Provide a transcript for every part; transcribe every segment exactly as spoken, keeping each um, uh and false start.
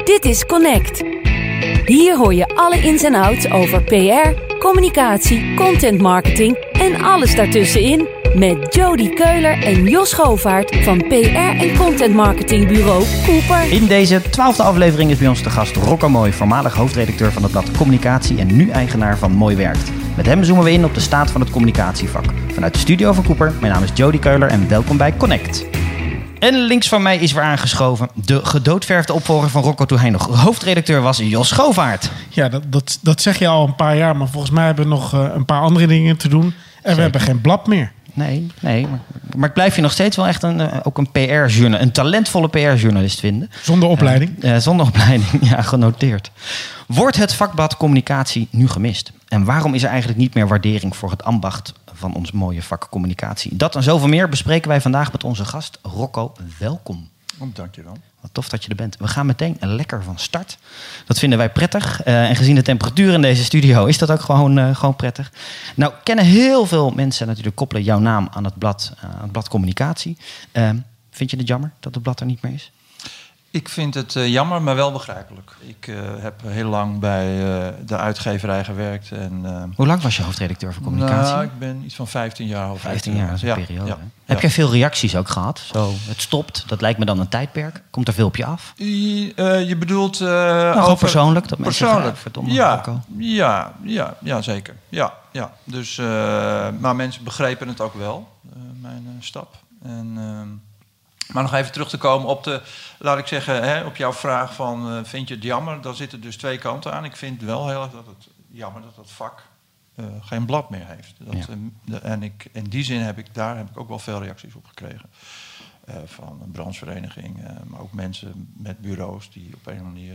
Dit is Connect. Hier hoor je alle ins en outs over P R, communicatie, content marketing en alles daartussenin met Jody Keuler en Jos Govaert van P R en content marketingbureau Cooper. In deze twaalfde aflevering is bij ons te gast Rocco Mooi, voormalig hoofdredacteur van het blad Communicatie en nu eigenaar van Mooi Werkt. Met hem zoomen we in op de staat van het communicatievak. Vanuit de studio van Cooper, mijn naam is Jody Keuler en welkom bij Connect. En links van mij is weer aangeschoven de gedoodverfde opvolger van Rocco toen hij nog hoofdredacteur was, Jos Govaert. Ja, dat, dat, dat zeg je al een paar jaar, maar volgens mij hebben we nog uh, een paar andere dingen te doen. En Zeker. We hebben geen blad meer. Nee, nee maar, maar ik blijf je nog steeds wel echt een, uh, ook een P R-journalist, een talentvolle P R-journalist vinden. Zonder opleiding? Uh, uh, zonder opleiding, ja, genoteerd. Wordt het vakblad communicatie nu gemist? En waarom is er eigenlijk niet meer waardering voor het ambacht van ons mooie vak communicatie? Dat en zoveel meer bespreken wij vandaag met onze gast Rocco. Welkom. Oh, dank je wel. Wat tof dat je er bent. We gaan meteen lekker van start. Dat vinden wij prettig. Uh, en gezien de temperatuur in deze studio is dat ook gewoon, uh, gewoon prettig. Nou, kennen heel veel mensen natuurlijk koppelen jouw naam aan het blad, uh, aan het blad Communicatie. Uh, vind je het jammer dat het blad er niet meer is? Ik vind het uh, jammer, maar wel begrijpelijk. Ik uh, heb heel lang bij uh, de uitgeverij gewerkt. En, uh, Hoe lang was je hoofdredacteur van Communicatie? Nou, ik ben iets van vijftien jaar hoofdredacteur. vijftien jaar, dat is een ja, periode. Ja, heb ja. jij veel reacties ook gehad? Zo, het stopt, dat lijkt me dan een tijdperk. Komt er veel op je af? I, uh, je bedoelt... Uh, nou, over persoonlijk? Dat mensen persoonlijk? verdomme, ja, ja, ja, ja, zeker. Ja, ja. Dus, uh, maar mensen begrepen het ook wel, uh, mijn uh, stap. En... Uh, Maar nog even terug te komen op de, laat ik zeggen, hè, op jouw vraag van, uh, vind je het jammer? Daar zitten dus twee kanten aan. Ik vind wel heel erg dat het jammer dat dat vak uh, geen blad meer heeft. Dat, Ja. uh, de, en ik, in die zin heb ik daar heb ik ook wel veel reacties op gekregen. Uh, van een branchevereniging, uh, maar ook mensen met bureaus die op een of andere manier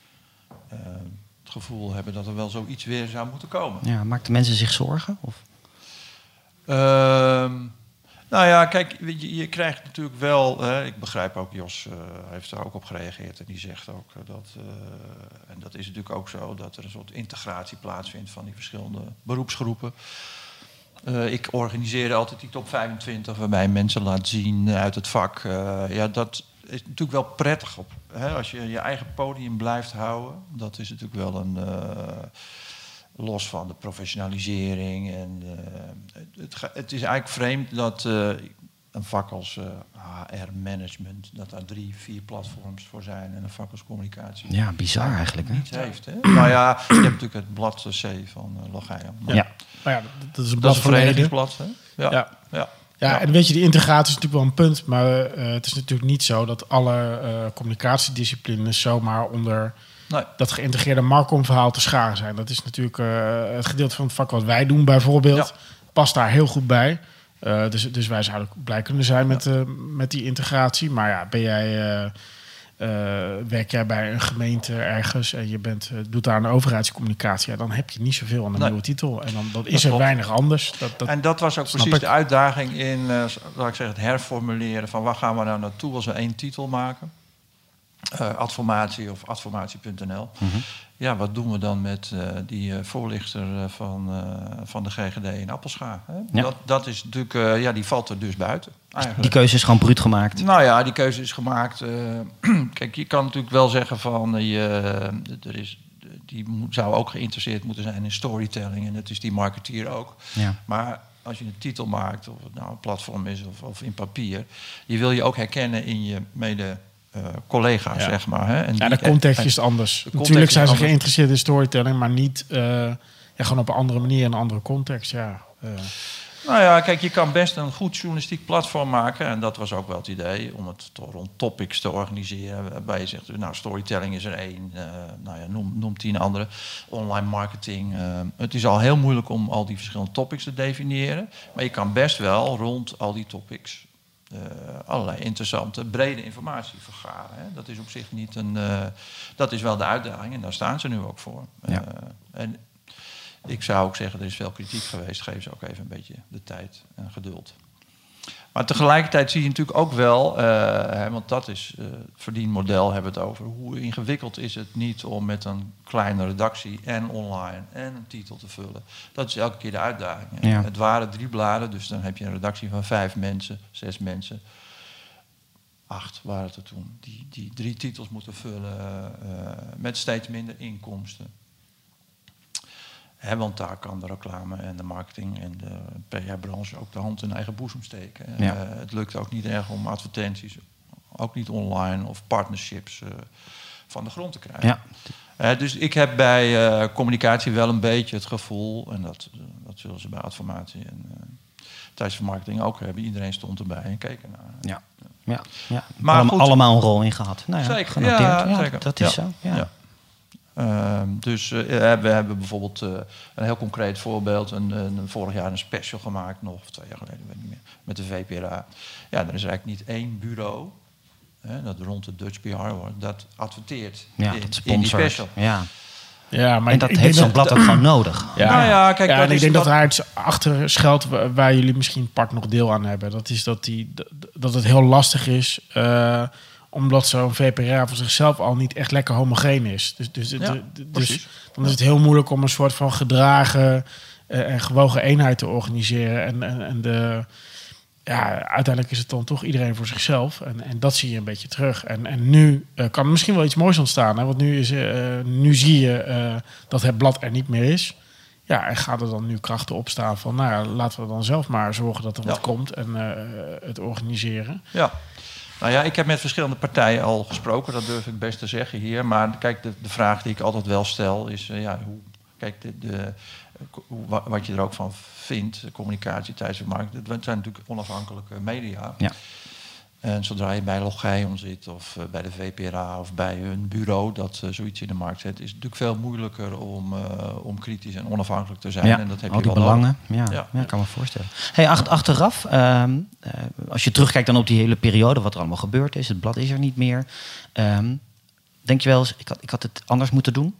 uh, het gevoel hebben dat er wel zoiets weer zou moeten komen. Ja, maakten mensen zich zorgen? Of? Uh, Nou ja, kijk, je, je krijgt natuurlijk wel... Hè, ik begrijp ook, Jos uh, heeft daar ook op gereageerd. En die zegt ook uh, dat... Uh, en dat is natuurlijk ook zo... dat er een soort integratie plaatsvindt van die verschillende beroepsgroepen. Uh, ik organiseerde altijd die top vijfentwintig... waarbij mensen laat zien uit het vak. Uh, ja, dat is natuurlijk wel prettig. Op, hè, als je je eigen podium blijft houden... dat is natuurlijk wel een... Uh, los van de professionalisering. En, uh, het, het is eigenlijk vreemd dat uh, een vak als uh, H R-management... dat daar drie, vier platforms voor zijn... en een vak als communicatie... Ja, bizar eigenlijk. Hè? Niets heeft. Hè? Nou ja, je hebt natuurlijk het blad C van uh, Logijen. Ja. ja. Maar ja, dat is een Dat blad is een voor verenigingsblad. Hè? Ja. Ja. Ja. Ja, ja, en weet je, die integratie is natuurlijk wel een punt. Maar uh, het is natuurlijk niet zo dat alle uh, communicatiedisciplines zomaar onder... Nee. dat geïntegreerde Marcom-verhaal te scharen zijn. Dat is natuurlijk uh, het gedeelte van het vak wat wij doen bijvoorbeeld. Ja. Past daar heel goed bij. Uh, dus, dus wij zouden blij kunnen zijn met, uh, met die integratie. Maar ja, ben jij, uh, uh, werk jij bij een gemeente ergens... en je bent, uh, doet daar een overheidscommunicatie... Ja, dan heb je niet zoveel aan een nee. nieuwe titel. En dan, dan is er weinig anders. Dat, dat, en dat was ook precies ik. de uitdaging in uh, laat ik zeggen, het herformuleren... van waar gaan we nou naartoe als we één titel maken... Uh, Adformatie of adformatie punt n l. Mm-hmm. Ja, wat doen we dan met uh, die uh, voorlichter uh, van, uh, van de G G D in Appelscha? Hè? Ja. Dat, dat is natuurlijk, uh, ja, die valt er dus buiten. Eigenlijk. Die keuze is gewoon bruut gemaakt? Nou ja, die keuze is gemaakt. Uh, kijk, je kan natuurlijk wel zeggen van, uh, je, er is, die moet, zou ook geïnteresseerd moeten zijn in storytelling. En dat is die marketeer ook. Ja. Maar als je een titel maakt, of het nou een platform is of, of in papier, je wil je ook herkennen in je mede... Uh, collega's, ja. zeg maar. Hè? En ja, die, de context en, is anders. Natuurlijk zijn ze geïnteresseerd in storytelling, maar niet uh, ja, gewoon op een andere manier, in een andere context. Ja. Uh. Nou ja, kijk, je kan best een goed journalistiek platform maken. En dat was ook wel het idee, om het rond topics te organiseren. Waarbij je zegt, nou, storytelling is er één. Uh, nou ja, noem, noem tien andere. Online marketing. Uh, het is al heel moeilijk om al die verschillende topics te definiëren. Maar je kan best wel rond al die topics... Uh, allerlei interessante, brede informatie vergaren. Hè. Dat is op zich niet een... Uh, dat is wel de uitdaging en daar staan ze nu ook voor. Ja. Uh, en ik zou ook zeggen, er is veel kritiek geweest. Geef ze ook even een beetje de tijd en geduld. Maar tegelijkertijd zie je natuurlijk ook wel... Uh, hè, want dat is uh, het verdienmodel, hebben we het over. Hoe ingewikkeld is het niet om met een kleine redactie... en online en een titel te vullen. Dat is elke keer de uitdaging. Ja. Het waren drie bladen, dus dan heb je een redactie van vijf mensen, zes mensen... acht waren het er toen, die, die drie titels moeten vullen uh, met steeds minder inkomsten. He, want daar kan de reclame en de marketing en de P R-branche ook de hand in eigen boezem steken. Ja. Uh, het lukt ook niet erg om advertenties, ook niet online of partnerships uh, van de grond te krijgen. Ja. Uh, dus ik heb bij uh, communicatie wel een beetje het gevoel, en dat, uh, dat zullen ze bij adformatie en uh, tijdens de marketing ook hebben. Iedereen stond erbij en keek ernaar. Ja, ja, ja. Maar Allem, goed, allemaal een rol in gehad. Nou ja, zeker, genoteerd. ja, Ja, zeker. Dat is ja. zo. Ja. Ja. Uh, dus uh, we hebben bijvoorbeeld uh, een heel concreet voorbeeld. Een, een, vorig jaar een special gemaakt, nog of twee jaar geleden, weet ik niet meer, met de V P R A. Ja, er is eigenlijk niet één bureau, hè, dat rond de Dutch P R wordt, dat adverteert Ja, in, dat in die special. Ja. Ja, maar En dat ik heeft denk zo'n blad ook gewoon nodig. Ja, Nou ja, kijk, ja, dat en ik is denk dat wat- daar iets achter schuilt waar, waar jullie misschien part nog deel aan hebben. Dat is dat, die, dat het heel lastig is, uh, omdat zo'n V P R A voor zichzelf al niet echt lekker homogeen is. Dus, dus, Ja, de- de- precies. dus dan is het heel moeilijk om een soort van gedragen uh, en gewogen eenheid te organiseren. En, en, en de, ja, uiteindelijk is het dan toch iedereen voor zichzelf. En, en dat zie je een beetje terug. En, en nu uh, kan er misschien wel iets moois ontstaan. Hè? Want nu, is, uh, nu zie je uh, dat het blad er niet meer is. Ja, en gaat er dan nu krachten opstaan van... nou ja, laten we dan zelf maar zorgen dat er wat Ja. komt en uh, het organiseren. Ja. Nou ja, ik heb met verschillende partijen al gesproken, dat durf ik best te zeggen hier. Maar kijk, de, de vraag die ik altijd wel stel is, uh, ja, hoe, kijk, de, de, hoe, wat je er ook van vindt, de communicatie tijdens de markt, het zijn natuurlijk onafhankelijke media. Ja. En zodra je bij Logeion zit of uh, bij de V P R A of bij een bureau dat uh, zoiets in de markt zet, is het natuurlijk veel moeilijker om, uh, om kritisch en onafhankelijk te zijn. Ja, En dat heb al je die wel belangen. nodig. Ja, Ja. ja. kan me voorstellen. Hey, ach, achteraf, um, uh, als je terugkijkt dan op die hele periode, wat er allemaal gebeurd is, het blad is er niet meer. Um, denk je wel eens, ik had, ik had het anders moeten doen?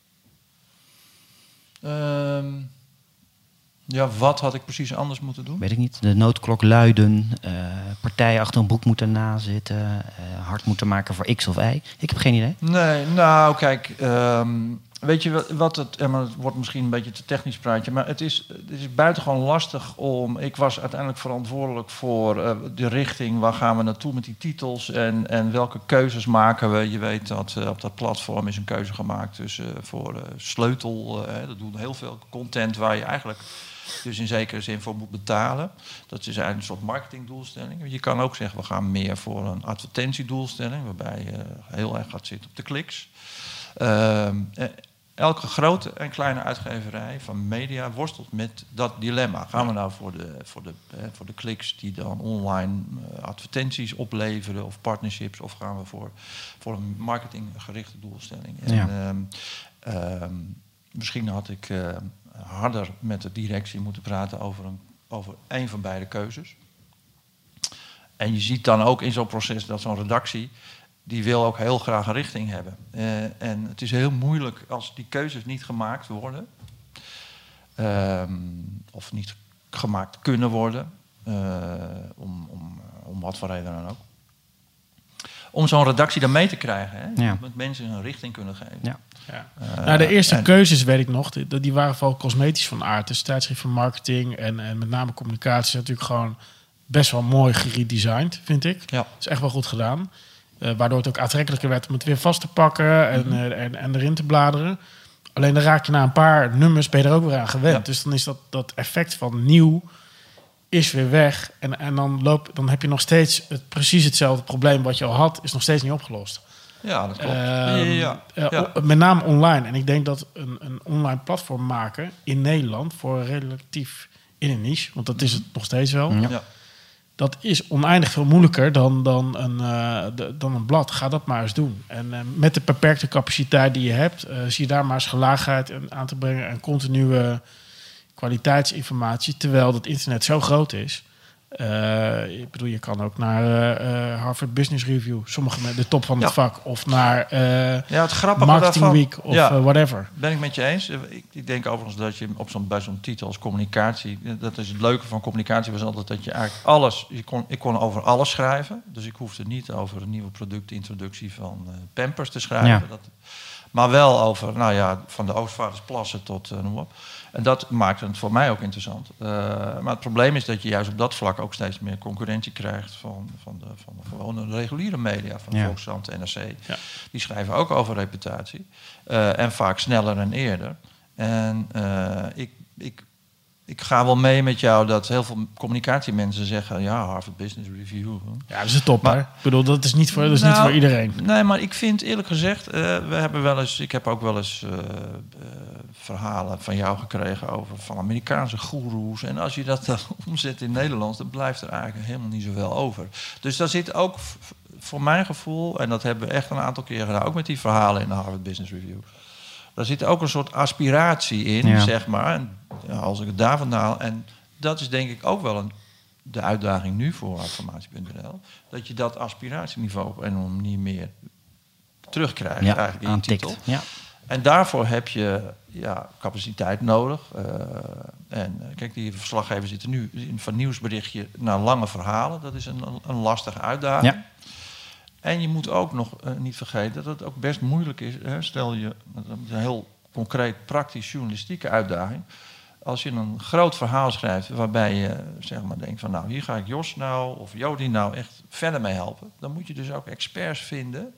Um, ja, wat had ik precies anders moeten doen? Weet ik niet. De noodklok luiden, uh, partijen achter een boek moeten nazitten, uh, hard moeten maken voor X of Y. Ik heb geen idee. Nee, nou kijk, um, weet je wat, wat het, en het wordt misschien een beetje te technisch praatje, maar het is, het is buitengewoon lastig om, ik was uiteindelijk verantwoordelijk voor uh, de richting, waar gaan we naartoe met die titels en, en welke keuzes maken we. Je weet dat uh, op dat platform is een keuze gemaakt tussen, uh, voor uh, sleutel, uh, dat doen heel veel content waar je eigenlijk dus in zekere zin voor moet betalen. Dat is eigenlijk een soort marketingdoelstelling. Je kan ook zeggen, we gaan meer voor een advertentiedoelstelling, waarbij je heel erg gaat zitten op de kliks. Uh, elke grote en kleine uitgeverij van media worstelt met dat dilemma. Gaan we nou voor de, voor de, eh, voor de kliks die dan online uh, advertenties opleveren of partnerships, of gaan we voor, voor een marketinggerichte doelstelling? En, Ja. um, um, misschien had ik uh, harder met de directie moeten praten over een, over een van beide keuzes. En je ziet dan ook in zo'n proces dat zo'n redactie, die wil ook heel graag een richting hebben. Uh, en het is heel moeilijk als die keuzes niet gemaakt worden. Um, of niet gemaakt kunnen worden. Uh, om, om, om wat voor reden dan ook. Om zo'n redactie dan mee te krijgen. Hè? Ja. Dat mensen een richting kunnen geven. Ja. Ja. Uh, Nou, de eerste en- keuzes, weet ik nog, die, die waren vooral cosmetisch van aard. Dus tijdschrift van marketing en, en met name communicatie is natuurlijk gewoon best wel mooi geredesigned, vind ik. Ja. Dat is echt wel goed gedaan. Uh, waardoor het ook aantrekkelijker werd om het weer vast te pakken en, Mhm. uh, en, en erin te bladeren. Alleen dan raak je na een paar nummers, ben je er ook weer aan gewend. Ja. Dus dan is dat, dat effect van nieuw is weer weg. En, en dan, loop, dan heb je nog steeds het, precies hetzelfde probleem wat je al had, is nog steeds niet opgelost. Ja, dat klopt. Ehm, ja, eh, ja. o- met name online. En ik denk dat een, een online platform maken in Nederland voor relatief in een niche, want dat is het nog steeds wel. Ja. Ja. Dat is oneindig veel moeilijker dan, dan, een, uh, de, dan een blad. Ga dat maar eens doen. En uh, met de beperkte capaciteit die je hebt, uh, zie je daar maar eens gelaagheid aan te brengen en continue kwaliteitsinformatie, terwijl het internet zo groot is. Uh, ik bedoel, je kan ook naar uh, uh, Harvard Business Review, sommige met de top van het Ja. vak, of naar uh, Ja, het grappige Marketing daarvan, Week of ja, uh, whatever. ben ik met je eens. Ik, ik denk overigens dat je op zo'n, bij zo'n titel als communicatie, dat is het leuke van communicatie, was altijd dat je eigenlijk alles, je kon, ik kon over alles schrijven. Dus ik hoefde niet over een nieuwe productintroductie van uh, Pampers te schrijven. Ja. Dat, maar wel over, nou ja, van de Oostvaardersplassen tot, uh, noem op. En dat maakt het voor mij ook interessant. Uh, maar het probleem is dat je juist op dat vlak ook steeds meer concurrentie krijgt van, van, de, van de gewone reguliere media, van ja. Volkskrant, N R C. Ja. Die schrijven ook over reputatie. Uh, en vaak sneller en eerder. En uh, ik, ik, ik ga wel mee met jou dat heel veel communicatiemensen zeggen, ja, Harvard Business Review. Ja, dat is het top, maar, hè? Ik bedoel, dat is niet voor, dat is nou, niet voor iedereen. Nee, maar ik vind eerlijk gezegd, uh, we hebben wel eens, ik heb ook wel eens uh, uh, verhalen van jou gekregen over van Amerikaanse goeroes. En als je dat dan omzet in Nederlands, dan blijft er eigenlijk helemaal niet zoveel over. Dus daar zit ook, voor mijn gevoel, en dat hebben we echt een aantal keer gedaan, ook met die verhalen in de Harvard Business Review. Daar zit ook een soort aspiratie in, ja. zeg maar. En, ja, als ik het daar vandaan haal. En dat is denk ik ook wel een, de uitdaging nu voor Adformatie punt n l. Dat je dat aspiratieniveau op een of andere manier meer terugkrijgt. Ja, eigenlijk in je aantikt. titel. Ja. En daarvoor heb je ja, capaciteit nodig. Uh, en kijk, die verslaggevers zitten nu in van nieuwsberichtje naar lange verhalen. Dat is een, een lastige uitdaging. Ja. En je moet ook nog uh, niet vergeten dat het ook best moeilijk is. Hè? Stel je, dat is een heel concreet, praktisch journalistieke uitdaging. Als je een groot verhaal schrijft waarbij je zeg maar denkt van nou, hier ga ik Jos nou of Jody nou echt verder mee helpen. Dan moet je dus ook experts vinden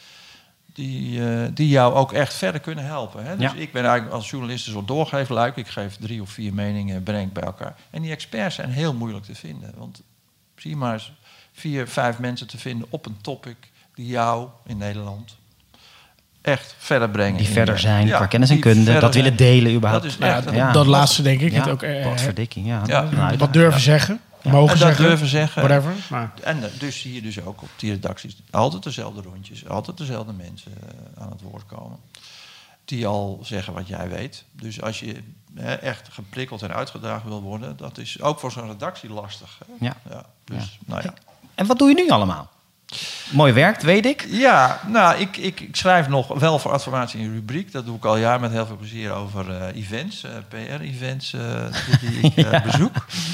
die, uh, die jou ook echt verder kunnen helpen. Hè? Dus ja. ik ben eigenlijk als journalist een soort doorgeefluik. Ik geef drie of vier meningen, breng ik bij elkaar. En die experts zijn heel moeilijk te vinden. Want zie maar eens vier, vijf mensen te vinden op een topic die jou in Nederland echt verder brengen. Die verder je, zijn ja, qua kennis en kunde, dat willen delen überhaupt. Dat is ja, echt, dat, ja. dat laatste denk ik. Ja, het ook, eh, wat verdikking, ja. ja. Nou, wat durven ja. zeggen, Ja. mogen en zeggen. dat durven zeggen. Whatever. Maar. En dus zie je dus ook op die redacties altijd dezelfde rondjes, altijd dezelfde mensen uh, aan het woord komen. Die al zeggen wat jij weet. Dus als je hè, echt geprikkeld en uitgedaagd wil worden, dat is ook voor zo'n redactie lastig. Hè? Ja. Ja, dus, Ja. Nou ja. En wat doe je nu allemaal? Mooi werkt, weet ik. Ja, nou, ik, ik, ik schrijf nog wel voor Adformatie in rubriek. Dat doe ik al jaar met heel veel plezier over uh, events, uh, P R-events uh, die ik uh, ja. bezoek.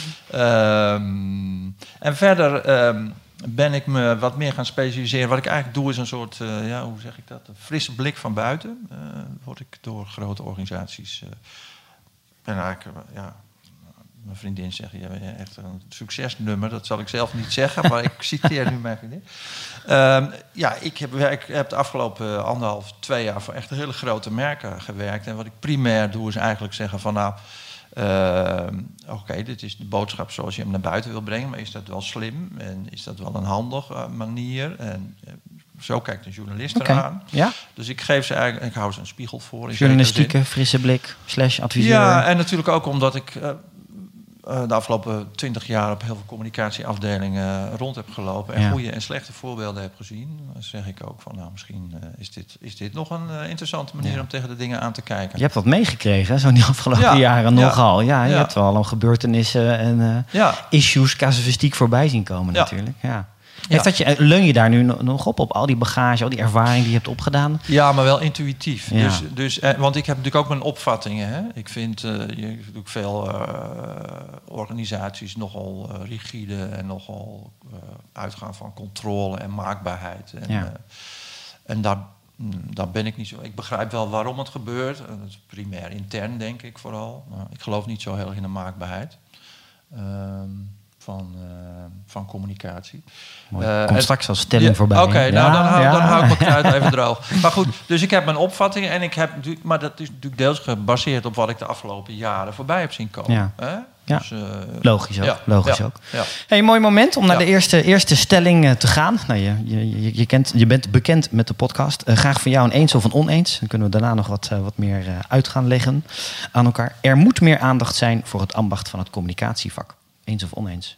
Um, en verder um, ben ik me wat meer gaan specialiseren. Wat ik eigenlijk doe is een soort, uh, ja, hoe zeg ik dat? Een frisse blik van buiten. Uh, word ik door grote organisaties. Uh, ben eigenlijk, uh, ja. Mijn vriendin zegt, je bent echt een succesnummer. Dat zal ik zelf niet zeggen, maar ik citeer nu mijn vriendin. Um, ja, ik heb, ik heb de afgelopen anderhalf, twee jaar voor echt hele grote merken gewerkt. En wat ik primair doe is eigenlijk zeggen van nou, uh, oké, okay, dit is de boodschap zoals je hem naar buiten wil brengen. Maar is dat wel slim? En is dat wel een handige uh, manier? En uh, zo kijkt een journalist okay. eraan. Ja? Dus ik geef ze eigenlijk, ik hou ze een spiegel voor. In journalistieke, frisse blik, slash adviseur. Ja, en natuurlijk ook omdat ik Uh, Uh, de afgelopen twintig jaar op heel veel communicatieafdelingen rond heb gelopen en ja. goede en slechte voorbeelden heb gezien, dan zeg ik ook van nou misschien uh, is, dit, is dit nog een uh, interessante manier ja. om tegen de dingen aan te kijken. Je hebt wat meegekregen, zo in die afgelopen ja. jaren ja. nogal. Ja, je ja. hebt wel al gebeurtenissen en uh, ja. issues casuïstiek voorbij zien komen ja. natuurlijk. Ja. Heeft dat je, leun je daar nu nog op, op al die bagage, al die ervaring die je hebt opgedaan? Ja, maar wel intuïtief. Ja. Dus, dus, eh, want ik heb natuurlijk ook mijn opvattingen. Hè? Ik vind uh, je natuurlijk veel uh, organisaties nogal uh, rigide en nogal uh, uitgaan van controle en maakbaarheid. En, ja. uh, en daar, daar ben ik niet zo. Ik begrijp wel waarom het gebeurt. Uh, dat is primair intern, denk ik vooral. Nou, ik geloof niet zo heel erg in de maakbaarheid. Um, Van, uh, van communicatie. Mooi. Uh, Komt straks als stelling ja, voorbij. Oké, okay, nou ja, dan, hou, ja. dan hou ik mijn kruid even droog. Maar goed, dus ik heb mijn opvattingen en ik heb maar dat is natuurlijk deels gebaseerd op wat ik de afgelopen jaren voorbij heb zien komen. Ja. Hè? Ja. Dus, uh, logisch ook. Ja, logisch ja, ook. Ja. Hey, mooi moment om naar ja. de eerste, eerste stelling uh, te gaan. Nou, je, je, je, kent, je bent bekend met de podcast. Uh, graag van jou een eens of een oneens. Dan kunnen we daarna nog wat, uh, wat meer uh, uit gaan leggen aan elkaar. Er moet meer aandacht zijn voor het ambacht van het communicatievak. Eens of oneens?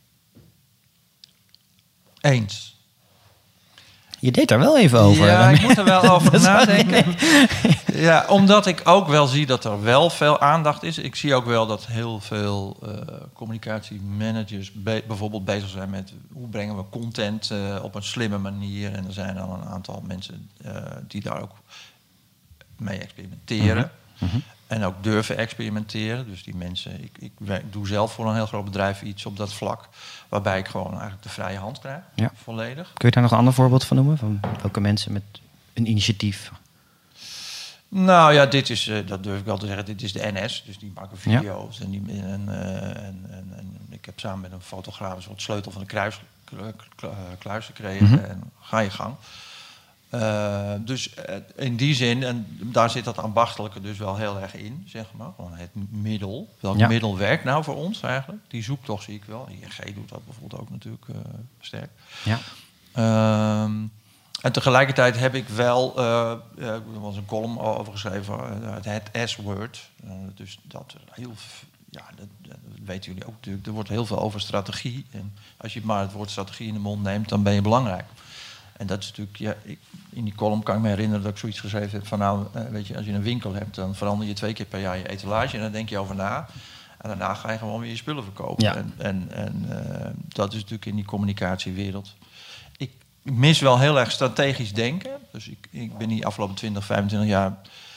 Eens. Je deed daar wel even over. Ja, ik moet er wel over nadenken. Ja, omdat ik ook wel zie dat er wel veel aandacht is. Ik zie ook wel dat heel veel uh, communicatiemanagers be- bijvoorbeeld bezig zijn met hoe brengen we content uh, op een slimme manier. En er zijn dan een aantal mensen uh, die daar ook mee experimenteren. Mm-hmm. Mm-hmm. En ook durven experimenteren. Dus die mensen, ik, ik, werk, ik doe zelf voor een heel groot bedrijf iets op dat vlak. Waarbij ik gewoon eigenlijk de vrije hand krijg. Ja. Volledig. Kun je daar nog een ander voorbeeld van noemen? Van welke mensen met een initiatief? Nou ja, dit is, uh, dat durf ik wel te zeggen, dit is de N S. Dus die maken video's. Ja. En, die, en, uh, en, en, en ik heb samen met een fotograaf een soort sleutel van de kruis, kluis gekregen. Mm-hmm. En ga je gang. Uh, dus uh, in die zin, en daar zit dat ambachtelijke dus wel heel erg in, zeg maar. Gewoon het middel. Welk ja. middel werkt nou voor ons eigenlijk? Die zoektocht zie ik wel. I N G doet dat bijvoorbeeld ook natuurlijk uh, sterk. Ja. Um, en tegelijkertijd heb ik wel, uh, uh, er was een column over geschreven, uh, het S-word. Uh, dus dat heel, ja, dat, dat weten jullie ook natuurlijk. Er wordt heel veel over strategie. En als je maar het woord strategie in de mond neemt, dan ben je belangrijk. En dat is natuurlijk, ja, ik, in die column kan ik me herinneren dat ik zoiets geschreven heb van, nou, uh, weet je, als je een winkel hebt, dan verander je twee keer per jaar je etalage en dan denk je over na. En daarna ga je gewoon weer je spullen verkopen. Ja. En, en, en uh, dat is natuurlijk in die communicatiewereld. Ik mis wel heel erg strategisch denken. Dus ik, ik ben die afgelopen twintig, vijfentwintig jaar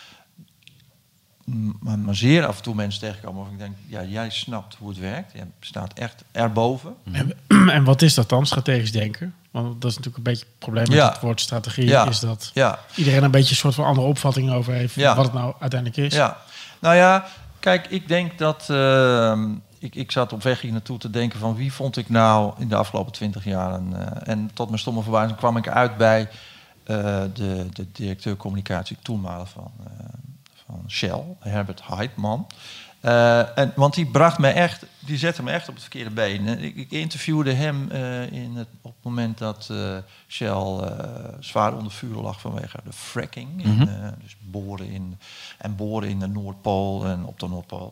maar, maar zeer af en toe mensen tegenkomen waarvan ik denk, ja, jij snapt hoe het werkt. Jij staat echt erboven. En, en wat is dat dan, strategisch denken? Want dat is natuurlijk een beetje het probleem met ja. het woord strategie. Ja. Is dat ja. iedereen een beetje een soort van andere opvatting over heeft ja. wat het nou uiteindelijk is. Ja. Nou ja, kijk, ik denk dat uh, ik, ik zat op weg hier naartoe te denken van wie vond ik nou in de afgelopen twintig jaar. En, uh, en tot mijn stomme verbazing kwam ik uit bij uh, de, de directeur communicatie toenmalig van, uh, van Shell, Herbert Heitman. Uh, en, want die bracht me echt, die zette me echt op het verkeerde been. Ik, ik interviewde hem uh, in het, op het moment dat uh, Shell uh, zwaar onder vuur lag vanwege de fracking. Mm-hmm. In, uh, dus boren in, en boren in de Noordpool en op de Noordpool.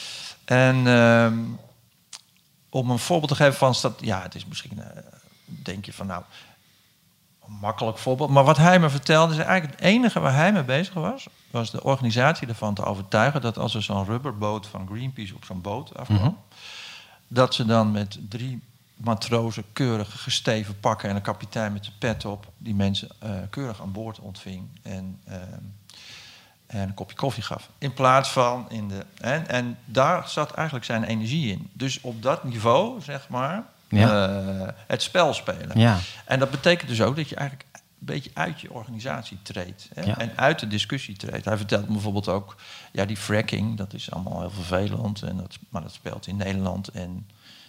En uh, om een voorbeeld te geven van, ja, het is misschien, uh, denk je van nou, een makkelijk voorbeeld. Maar wat hij me vertelde, is eigenlijk het enige waar hij mee bezig was, was de organisatie ervan te overtuigen dat als er zo'n rubberboot van Greenpeace op zo'n boot afkwam, mm-hmm. dat ze dan met drie matrozen keurig gesteven pakken en een kapitein met zijn pet op die mensen uh, keurig aan boord ontving en, uh, en een kopje koffie gaf. In plaats van in de... En, en daar zat eigenlijk zijn energie in. Dus op dat niveau, zeg maar, ja. uh, het spel spelen. Ja. En dat betekent dus ook dat je eigenlijk een beetje uit je organisatie treedt. Hè? Ja. En uit de discussie treedt. Hij vertelt me bijvoorbeeld ook, ja, die fracking, dat is allemaal heel vervelend. En dat, maar dat speelt in Nederland en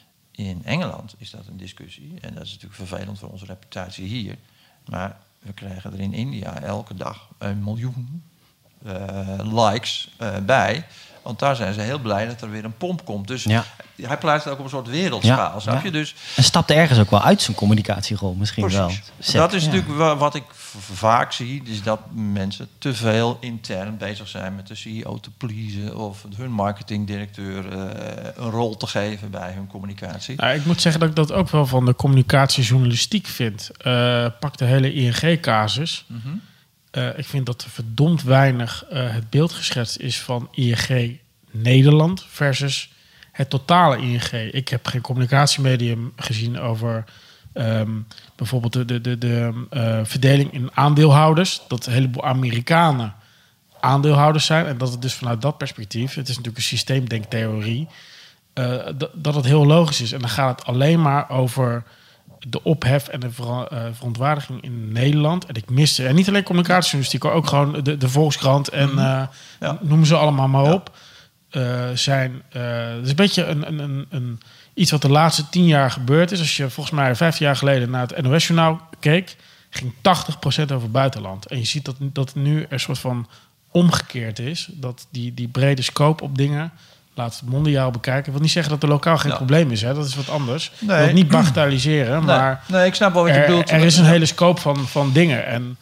in Engeland is dat een discussie. En dat is natuurlijk vervelend voor onze reputatie hier. Maar we krijgen er in India elke dag een miljoen uh, likes uh, bij. Want daar zijn ze heel blij dat er weer een pomp komt. Dus ja. hij plaatst het ook op een soort wereldschaal, ja, snap ja. je? Dus, en stapte ergens ook wel uit zijn communicatierol misschien precies. wel. Zet, dat is ja. natuurlijk wat ik vaak zie. Is dat mensen te veel intern bezig zijn met de C E O te pleasen of hun marketingdirecteur uh, een rol te geven bij hun communicatie. Nou, ik moet zeggen dat ik dat ook wel van de communicatiejournalistiek vind. Uh, pak de hele I N G-casus. Mm-hmm. Uh, ik vind dat er verdomd weinig uh, het beeld geschetst is van I N G Nederland versus het totale I N G. Ik heb geen communicatiemedium gezien over um, bijvoorbeeld de, de, de, de uh, verdeling in aandeelhouders. Dat een heleboel Amerikanen aandeelhouders zijn. En dat het dus vanuit dat perspectief, het is natuurlijk een systeemdenktheorie, uh, d- dat het heel logisch is. En dan gaat het alleen maar over de ophef en de ver, uh, verontwaardiging in Nederland. En ik miste, en niet alleen communicatiejournalistiek, maar ook gewoon de, de Volkskrant en uh, ja. noem ze allemaal maar ja. op. Uh, zijn, uh, het is een beetje een, een, een, een, iets wat de laatste tien jaar gebeurd is. Als je volgens mij vijftien jaar geleden naar het N O S-journaal keek, ging tachtig procent over buitenland. En je ziet dat, dat het nu een soort van omgekeerd is. Dat die, die brede scope op dingen, laat het mondiaal bekijken. Ik wil niet zeggen dat er lokaal geen ja. probleem is. Hè? Dat is wat anders. Nee. Ik wil het niet bagatelliseren. Nee. Maar nee, ik snap wel wat je er, bedoelt. Er is een hele scope van, van dingen. En,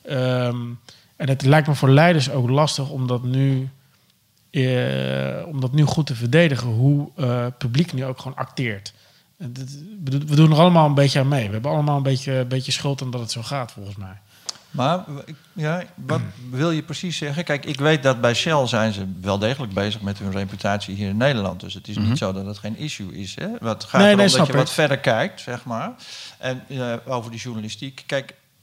um, en het lijkt me voor leiders ook lastig om dat nu, uh, om dat nu goed te verdedigen. Hoe uh, publiek nu ook gewoon acteert. We doen er allemaal een beetje aan mee. We hebben allemaal een beetje, een beetje schuld aan dat het zo gaat, volgens mij. Maar ja, wat wil je precies zeggen? Kijk, ik weet dat bij Shell zijn ze wel degelijk bezig met hun reputatie hier in Nederland. Dus het is mm-hmm. niet zo dat het geen issue is. Hè? Het gaat nee, erom nee, dat je ik. wat verder kijkt, zeg maar. En uh, over die journalistiek. Kijk,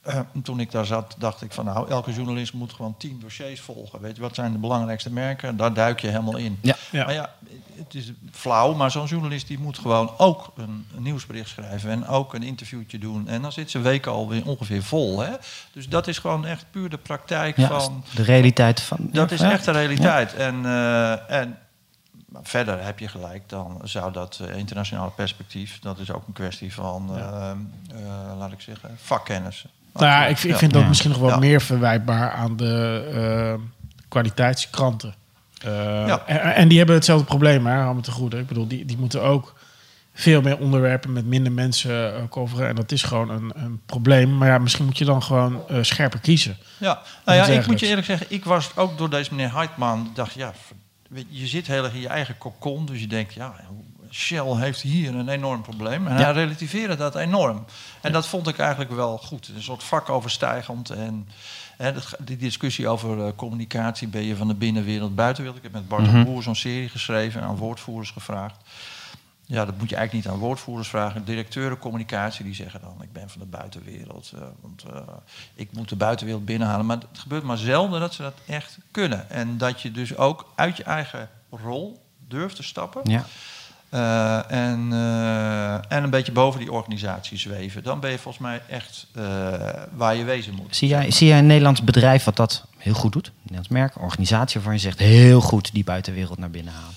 Uh, toen ik daar zat, dacht ik van nou, elke journalist moet gewoon tien dossiers volgen. Weet je, wat zijn de belangrijkste merken? Daar duik je helemaal in. Ja. Ja. Maar ja, het is flauw, maar zo'n journalist die moet gewoon ook een, een nieuwsbericht schrijven en ook een interviewtje doen. En dan zit zijn weken alweer ongeveer vol. Hè? Dus dat is gewoon echt puur de praktijk Ja, van. de realiteit van. Dat ja, is ja. echt de realiteit. Ja. En, uh, en maar verder heb je gelijk, dan zou dat uh, internationale perspectief, dat is ook een kwestie van, ja. uh, uh, laat ik zeggen, vakkennis. Nou ja, ik, ik vind ja. dat misschien nog wel ja. meer verwijtbaar aan de uh, kwaliteitskranten. Uh, ja. en, en die hebben hetzelfde probleem, hè, hou me te goede. Ik bedoel, die, die moeten ook veel meer onderwerpen met minder mensen uh, coveren. En dat is gewoon een, een probleem. Maar ja, misschien moet je dan gewoon uh, scherper kiezen. Ja, nou ja, ik moet je eerlijk zeggen, ik was ook door deze meneer Heitman, dacht ja, je zit heel erg in je eigen kokon, dus je denkt, ja, Shell heeft hier een enorm probleem. En ja. hij relativeerde dat enorm. En ja. dat vond ik eigenlijk wel goed. Een soort vakoverstijgend. En hè, die discussie over uh, communicatie, ben je van de binnenwereld, buitenwereld. Ik heb met Bart mm-hmm. de Boer zo'n serie geschreven en aan woordvoerders gevraagd. Ja, dat moet je eigenlijk niet aan woordvoerders vragen. Directeuren communicatie die zeggen dan, ik ben van de buitenwereld. Uh, want uh, ik moet de buitenwereld binnenhalen. Maar het gebeurt maar zelden dat ze dat echt kunnen. En dat je dus ook uit je eigen rol durft te stappen. Ja. Uh, en, uh, en een beetje boven die organisatie zweven. Dan ben je volgens mij echt uh, waar je wezen moet. Zie jij, zie jij een Nederlands bedrijf wat dat heel goed doet? Een Nederlands merk, een organisatie waarvan je zegt heel goed die buitenwereld naar binnen halen?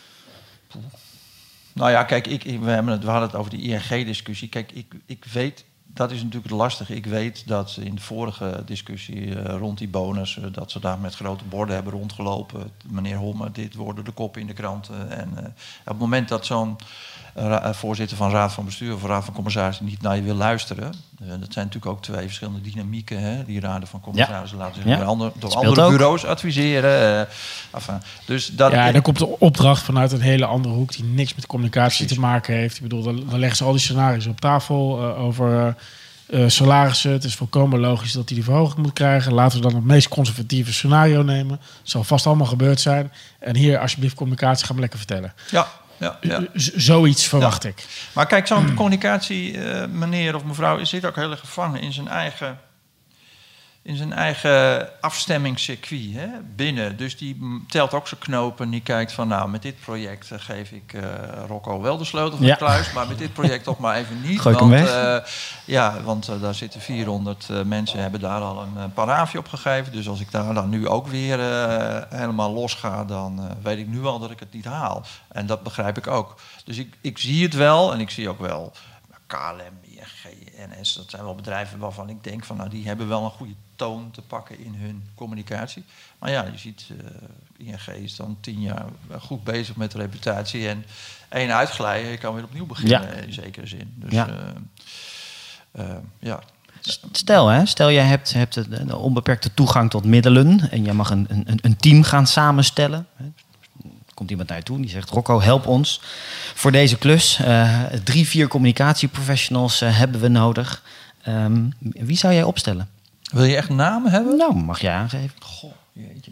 Nou ja, kijk, ik, we, hebben het, we hadden het over die I N G-discussie. Kijk, ik, ik weet, dat is natuurlijk het lastige. Ik weet dat in de vorige discussie uh, rond die bonus, uh, dat ze daar met grote borden hebben rondgelopen. Meneer Homme, dit worden de koppen in de kranten. En uh, op het moment dat zo'n uh, voorzitter van Raad van Bestuur of Raad van Commissarissen niet naar je wil luisteren. Uh, dat zijn natuurlijk ook twee verschillende dynamieken. Hè? Die raden van commissarissen ja. laten zich ja. door, ander, door andere ook. bureaus adviseren. Uh, enfin, dus dat, ja, dan komt de opdracht vanuit een hele andere hoek die niks met communicatie Precies. te maken heeft. Ik bedoel, dan, dan leggen ze al die scenario's op tafel uh, over uh, uh, salarissen. Het is volkomen logisch dat hij die verhoging moet krijgen. Laten we dan het meest conservatieve scenario nemen. Het zal vast allemaal gebeurd zijn. En hier, alsjeblieft, communicatie, ga me lekker vertellen. Ja. Ja, ja. Z- zoiets verwacht ja. ik. Maar kijk, zo'n communicatie, uh, meneer of mevrouw, zit ook heel erg gevangen in zijn eigen, in zijn eigen afstemmingscircuit hè, binnen. Dus die telt ook zijn knopen. Die kijkt van, nou, met dit project uh, geef ik uh, Rocco wel de sleutel van ja. de kluis, maar met dit project toch maar even niet. Gooi ik want, hem weg? Uh, ja, want uh, daar zitten vierhonderd uh, mensen, hebben daar al een uh, paraafje op gegeven. Dus als ik daar dan nu ook weer uh, helemaal los ga, dan uh, weet ik nu al dat ik het niet haal. En dat begrijp ik ook. Dus ik, ik zie het wel en ik zie ook wel K L M, I N G, N S. Dat zijn wel bedrijven waarvan ik denk van, nou, die hebben wel een goede toon te pakken in hun communicatie. Maar ja, je ziet, uh, I N G is dan tien jaar goed bezig met de reputatie. En één uitglijden, je kan weer opnieuw beginnen ja. in zekere zin. Dus ja. Uh, uh, ja. Stel, hè, stel jij hebt, hebt de, de onbeperkte toegang tot middelen en je mag een, een, een team gaan samenstellen. Komt iemand naar je toe die zegt, Rocco, help ons voor deze klus. Uh, drie, vier communicatieprofessionals uh, hebben we nodig. Um, wie zou jij opstellen? Wil je echt namen hebben? Nou, mag jij aangeven. Goh, jeetje.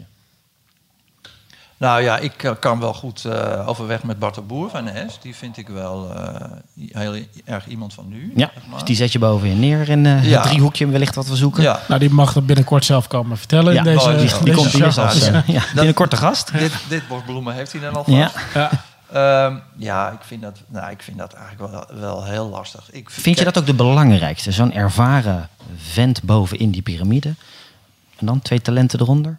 Nou ja, ik uh, kan wel goed uh, overweg met Bart de Boer van N S. Die vind ik wel uh, heel erg iemand van nu. Ja, zeg maar. Dus die zet je boven je neer in uh, ja. het driehoekje wellicht wat we zoeken. Ja. Nou, die mag dat binnenkort zelf komen vertellen ja, in deze... die, die, die komt hier als uh, ja, binnenkort de gast. Dit, dit bos bloemen heeft hij dan al vast. Ja. Ja. Um, ja, ik vind dat, nou, ik vind dat eigenlijk wel, wel heel lastig. Ik, vind je dat ook de belangrijkste? Zo'n ervaren vent bovenin die piramide en dan twee talenten eronder?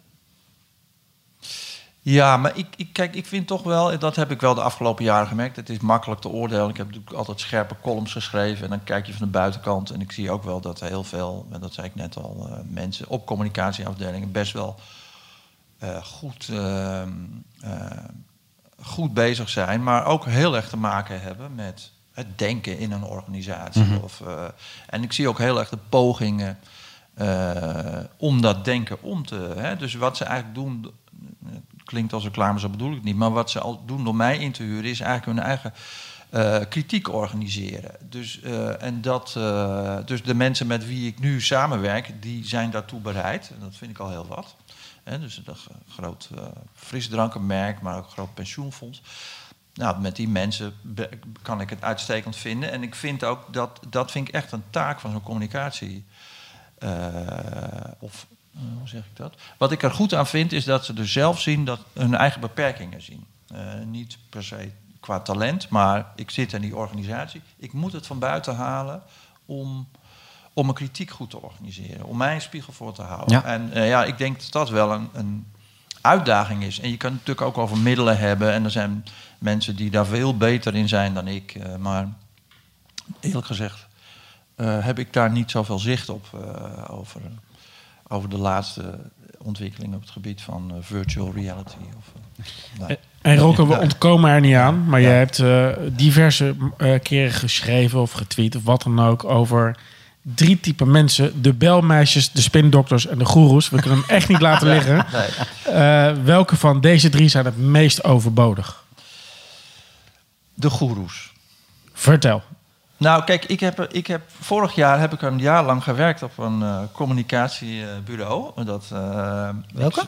Ja, maar ik, ik, kijk, ik vind toch wel, dat heb ik wel de afgelopen jaren gemerkt. Het is makkelijk te oordelen. Ik heb natuurlijk altijd scherpe columns geschreven. En dan kijk je van de buitenkant. En ik zie ook wel dat heel veel, en dat zei ik net al, uh, mensen op communicatieafdelingen best wel uh, goed, uh, uh, goed bezig zijn. Maar ook heel erg te maken hebben met het denken in een organisatie. Mm-hmm. Of, uh, en ik zie ook heel erg de pogingen uh, om dat denken om te... Hè, dus wat ze eigenlijk doen... Klinkt als reclame, maar zo bedoel ik het niet. Maar wat ze al doen door mij in te huren is eigenlijk hun eigen uh, kritiek organiseren. Dus, uh, en dat, uh, dus de mensen met wie ik nu samenwerk, die zijn daartoe bereid. En dat vind ik al heel wat. He, dus een groot uh, frisdrankenmerk, maar ook een groot pensioenfonds. Nou, met die mensen be- kan ik het uitstekend vinden. En ik vind ook dat, dat vind ik echt een taak van zo'n communicatie. Uh, of, uh, hoe zeg ik dat? Wat ik er goed aan vind, is dat ze er zelf zien dat hun eigen beperkingen zien. Uh, niet per se qua talent, maar ik zit in die organisatie. Ik moet het van buiten halen om, om mijn kritiek goed te organiseren. Om mij een spiegel voor te houden. Ja. En uh, ja, ik denk dat dat wel een, een uitdaging is. En je kan het natuurlijk ook over middelen hebben. En er zijn mensen die daar veel beter in zijn dan ik. Uh, maar eerlijk gezegd uh, heb ik daar niet zoveel zicht op uh, over, uh, over de laatste ontwikkelingen op het gebied van uh, virtual reality. Of, uh, nou. En Rocco, we ontkomen er niet aan. Maar ja. jij hebt uh, diverse uh, keren geschreven of getweet of wat dan ook over drie typen mensen. De belmeisjes, de spindokters en de goeroes. We kunnen hem echt niet laten liggen. Nee. Uh, welke van deze drie zijn het meest overbodig? De goeroes. Vertel. Nou, kijk, ik heb, ik heb, vorig jaar heb ik een jaar lang gewerkt op een uh, communicatiebureau. Dat, uh, Welke?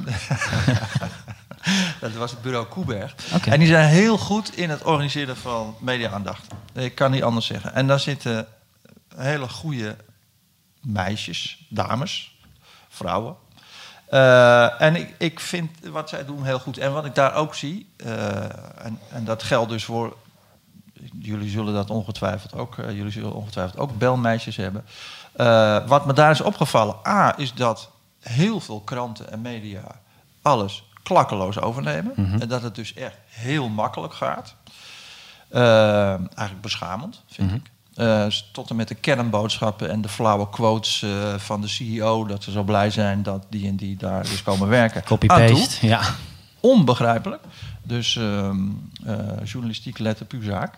Dat was het bureau Koeberg. Okay. En die zijn heel goed in het organiseren van media-aandacht. Ik kan niet anders zeggen. En daar zitten hele goede meisjes, dames, vrouwen. Uh, en ik, ik vind wat zij doen heel goed. En wat ik daar ook zie, uh, en, en dat geldt dus voor... Jullie zullen dat ongetwijfeld ook, uh, jullie zullen ongetwijfeld ook belmeisjes hebben. Uh, wat me daar is opgevallen, A, is dat heel veel kranten en media alles klakkeloos overnemen. Mm-hmm. En dat het dus echt heel makkelijk gaat. Uh, eigenlijk beschamend, vind mm-hmm. ik. Uh, tot en met de kernboodschappen en de flauwe quotes uh, van de C E O... dat ze zo blij zijn dat die en die daar is komen werken. Copy-paste, ja. Onbegrijpelijk. Dus uh, uh, journalistiek letterpuurzaak.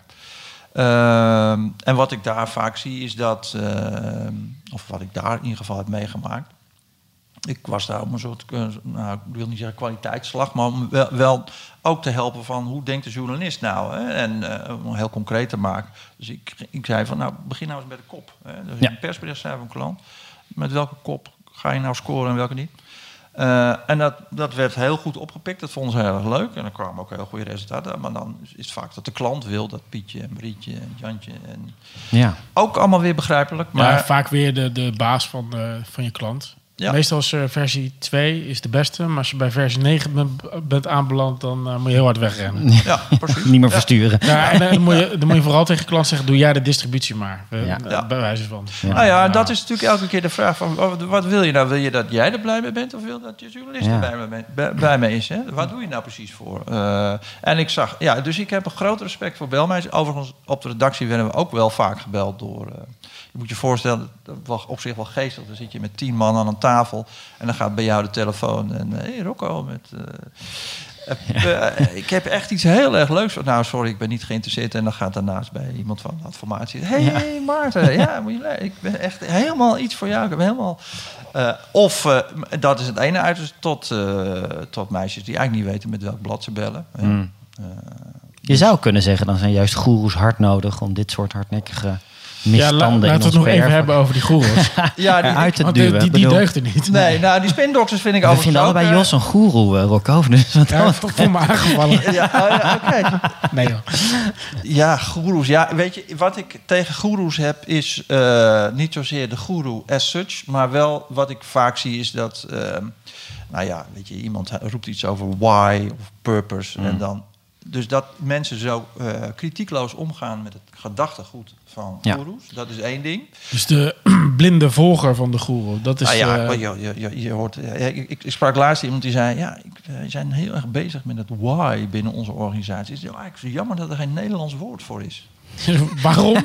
Uh, en wat ik daar vaak zie is dat... Uh, of wat ik daar in ieder geval heb meegemaakt... Ik was daar om een soort, uh, nou, ik wil niet zeggen kwaliteitsslag... maar om wel, wel ook te helpen van hoe denkt de journalist nou? Hè? En uh, om heel concreet te maken. Dus ik, ik zei van, nou, begin nou eens bij de kop. Hè? Dus ja. Een persbericht schrijven van een klant. Met welke kop ga je nou scoren en welke niet? Uh, en dat, dat werd heel goed opgepikt. Dat vonden ze heel erg leuk. En er kwamen ook heel goede resultaten. Maar dan is het vaak dat de klant wil. Dat Pietje en Brietje en Jantje. En ja. Ook allemaal weer begrijpelijk. Maar ja, vaak weer de, de baas van, uh, van je klant. Ja. Meestal is uh, versie twee is de beste. Maar als je bij versie negen bent, bent aanbeland... dan uh, moet je heel hard wegrennen. Ja, precies. Niet meer versturen. Ja, en uh, dan, moet je, dan moet je vooral tegen je klant zeggen... doe jij de distributie maar. Uh, ja. uh, bij wijze van. Ja. Nou ja, dat is natuurlijk elke keer de vraag van... wat, wat wil je nou? Wil je dat jij er blij mee bent... of wil je dat je journalist ja. er bij, bij, bij mij is? Hè? Wat doe je nou precies voor? Uh, en ik zag... Ja, dus ik heb een groot respect voor belmeisjes. Overigens, op de redactie werden we ook wel vaak gebeld door... Uh, je moet je voorstellen, dat was op zich wel geestig. Dan zit je met tien man aan een tafel... en dan gaat bij jou de telefoon en... hé, hey, Rocco, met... Uh, ja. uh, ik heb echt iets heel erg leuks. Nou, sorry, ik ben niet geïnteresseerd. En dan gaat daarnaast bij iemand van de adformatie... hé, hey, ja. Maarten, ja, moet je, ik ben echt helemaal iets voor jou. Ik heb helemaal... Uh, of, uh, dat is het ene uiterste, tot, uh, tot meisjes die eigenlijk niet weten... met welk blad ze bellen. Mm. Uh, je zou kunnen zeggen, dan zijn juist goeroes hard nodig... om dit soort hardnekkige... Ja, la, laten we het nog even hebben over die goeroes. Ja, die, uit te want duwen. Die, die deugden niet. Nee, nou, die spindokters vind ik ook. We vinden allebei ook, Jos een goeroe, uh, Rocco. Dus wat ja, voor, voor me aangevallen. Ja, oh ja, oké. Okay. Nee joh. Ja, goeroes. Ja, weet je, wat ik tegen goeroes heb is uh, niet zozeer de goeroe as such, maar wel wat ik vaak zie is dat, uh, nou ja, weet je, iemand roept iets over why of purpose mm. en dan... Dus dat mensen zo uh, kritiekloos omgaan met het gedachtegoed van ja. goeroes, dat is één ding. Dus de blinde volger van de goeroe, dat is... Ah, ja, uh... je, je, je, je hoort... Ja, ik, ik sprak laatst iemand die zei... ja, ik, we zijn heel erg bezig met het why binnen onze organisatie. Het is eigenlijk jammer dat er geen Nederlands woord voor is. Waarom?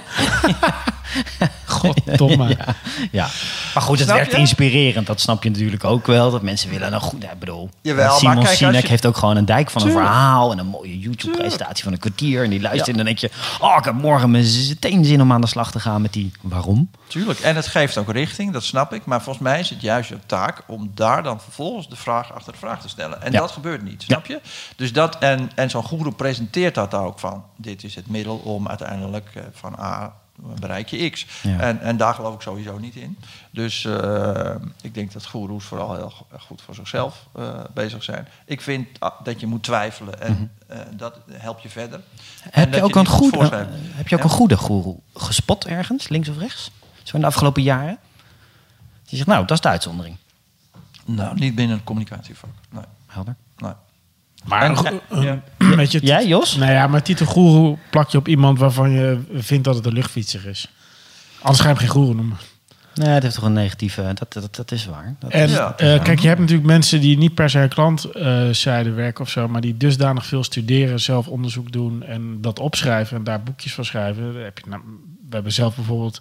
Goddomme. Ja, ja. Maar goed, het werkt inspirerend. Dat snap je natuurlijk ook wel. Dat mensen willen nou goed... Ja, ik bedoel, Jawel, Simon maar kijk, Sinek je... heeft ook gewoon een dijk van Tuurlijk. een verhaal... en een mooie YouTube-presentatie van een kwartier. En die luistert ja. en dan denk je... oh, ik heb morgen meteen zin om aan de slag te gaan met die waarom. Tuurlijk, en het geeft ook richting, dat snap ik. Maar volgens mij is het juist je taak... om daar dan vervolgens de vraag achter de vraag te stellen. En ja. dat gebeurt niet, snap ja. je? Dus dat, en, en zo'n goeroe presenteert dat ook van... dit is het middel om uiteindelijk uh, van A... bereik je X. Ja. En, en daar geloof ik sowieso niet in. Dus uh, ik denk dat goeroes vooral heel goed voor zichzelf uh, bezig zijn. Ik vind uh, dat je moet twijfelen en mm-hmm. uh, dat helpt je verder. Heb je, ook je een goede, uh, heb je ook ja? een goede goeroe gespot ergens, links of rechts? Zo in de afgelopen jaren? Je zegt, nou, dat is de uitzondering. Nou, niet binnen het communicatievak. Nee. Helder. Nee. Maar En- een, en- een, ja. een beetje... Jij, Jos? Nou ja, maar titelgoeroe plak je op iemand waarvan je vindt dat het een luchtfietser is. Anders ga je hem geen goeroe noemen. Nee, het heeft toch een negatieve... Dat, dat, dat is waar. Dat En is, Ja. eh, kijk, je hebt natuurlijk mensen die niet per se klantzijde werken of zo, maar die dusdanig veel studeren, zelf onderzoek doen en dat opschrijven en daar boekjes van schrijven. Daar heb je, nou, we hebben zelf bijvoorbeeld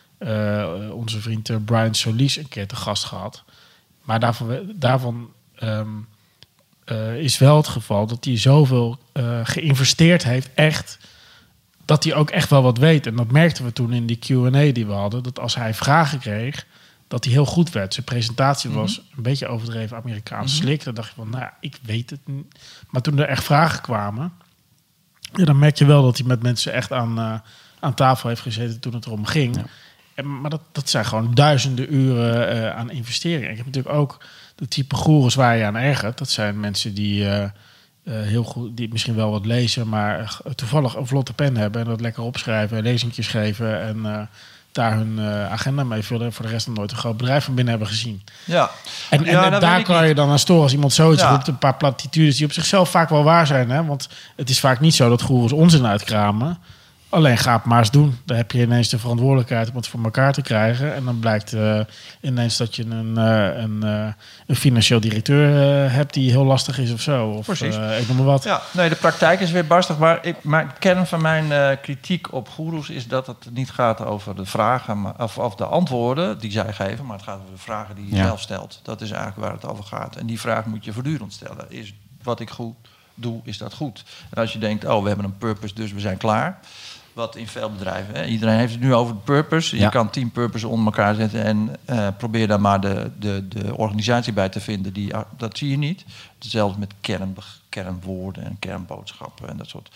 uh, onze vriend uh, Brian Solis een keer te gast gehad. Maar daarvan, daarvan um, uh, is wel het geval dat hij zoveel uh, geïnvesteerd heeft, echt, dat hij ook echt wel wat weet. En dat merkten we toen in die Q en A die we hadden, dat als hij vragen kreeg, dat hij heel goed werd. Zijn presentatie was mm-hmm. een beetje overdreven Amerikaans mm-hmm. slik. Dan dacht je van, nou ja, ik weet het niet. Maar toen er echt vragen kwamen, ja, dan merk je wel dat hij met mensen echt aan, uh, aan tafel heeft gezeten toen het erom ging. Ja. En, maar dat, dat zijn gewoon duizenden uren uh, aan investeringen. Ik heb natuurlijk ook de type goeroes waar je aan ergert. Dat zijn mensen die uh, uh, heel goed, die misschien wel wat lezen, maar uh, toevallig een vlotte pen hebben en dat lekker opschrijven, lezingjes geven en uh, daar hun uh, agenda mee vullen en voor de rest nog nooit een groot bedrijf van binnen hebben gezien. Ja. En, en, ja, en daar kan niet. je dan aan storen als iemand zoiets ja. roept, een paar platitudes die op zichzelf vaak wel waar zijn. Hè? Want het is vaak niet zo dat goeroes onzin uitkramen. Alleen ga het maar eens doen. Dan heb je ineens de verantwoordelijkheid om het voor elkaar te krijgen. En dan blijkt uh, ineens dat je een, uh, een, uh, een financieel directeur uh, hebt die heel lastig is of zo. Of Precies. Uh, ik noem maar wat. Ja, nee, de praktijk is weer barstig. Maar, ik, maar de kern van mijn uh, kritiek op goeroes is dat het niet gaat over de vragen maar, of, of de antwoorden die zij geven. Maar het gaat over de vragen die je ja. zelf stelt. Dat is eigenlijk waar het over gaat. En die vraag moet je voortdurend stellen. Is wat ik goed doe, is dat goed? En als je denkt, oh, we hebben een purpose, dus we zijn klaar. Wat in veel bedrijven. Hè. Iedereen heeft het nu over de purpose. Je ja. kan tien purposes onder elkaar zetten en uh, probeer daar maar de, de, de organisatie bij te vinden. Die, dat zie je niet. Hetzelfde met kern, kernwoorden en kernboodschappen en dat soort.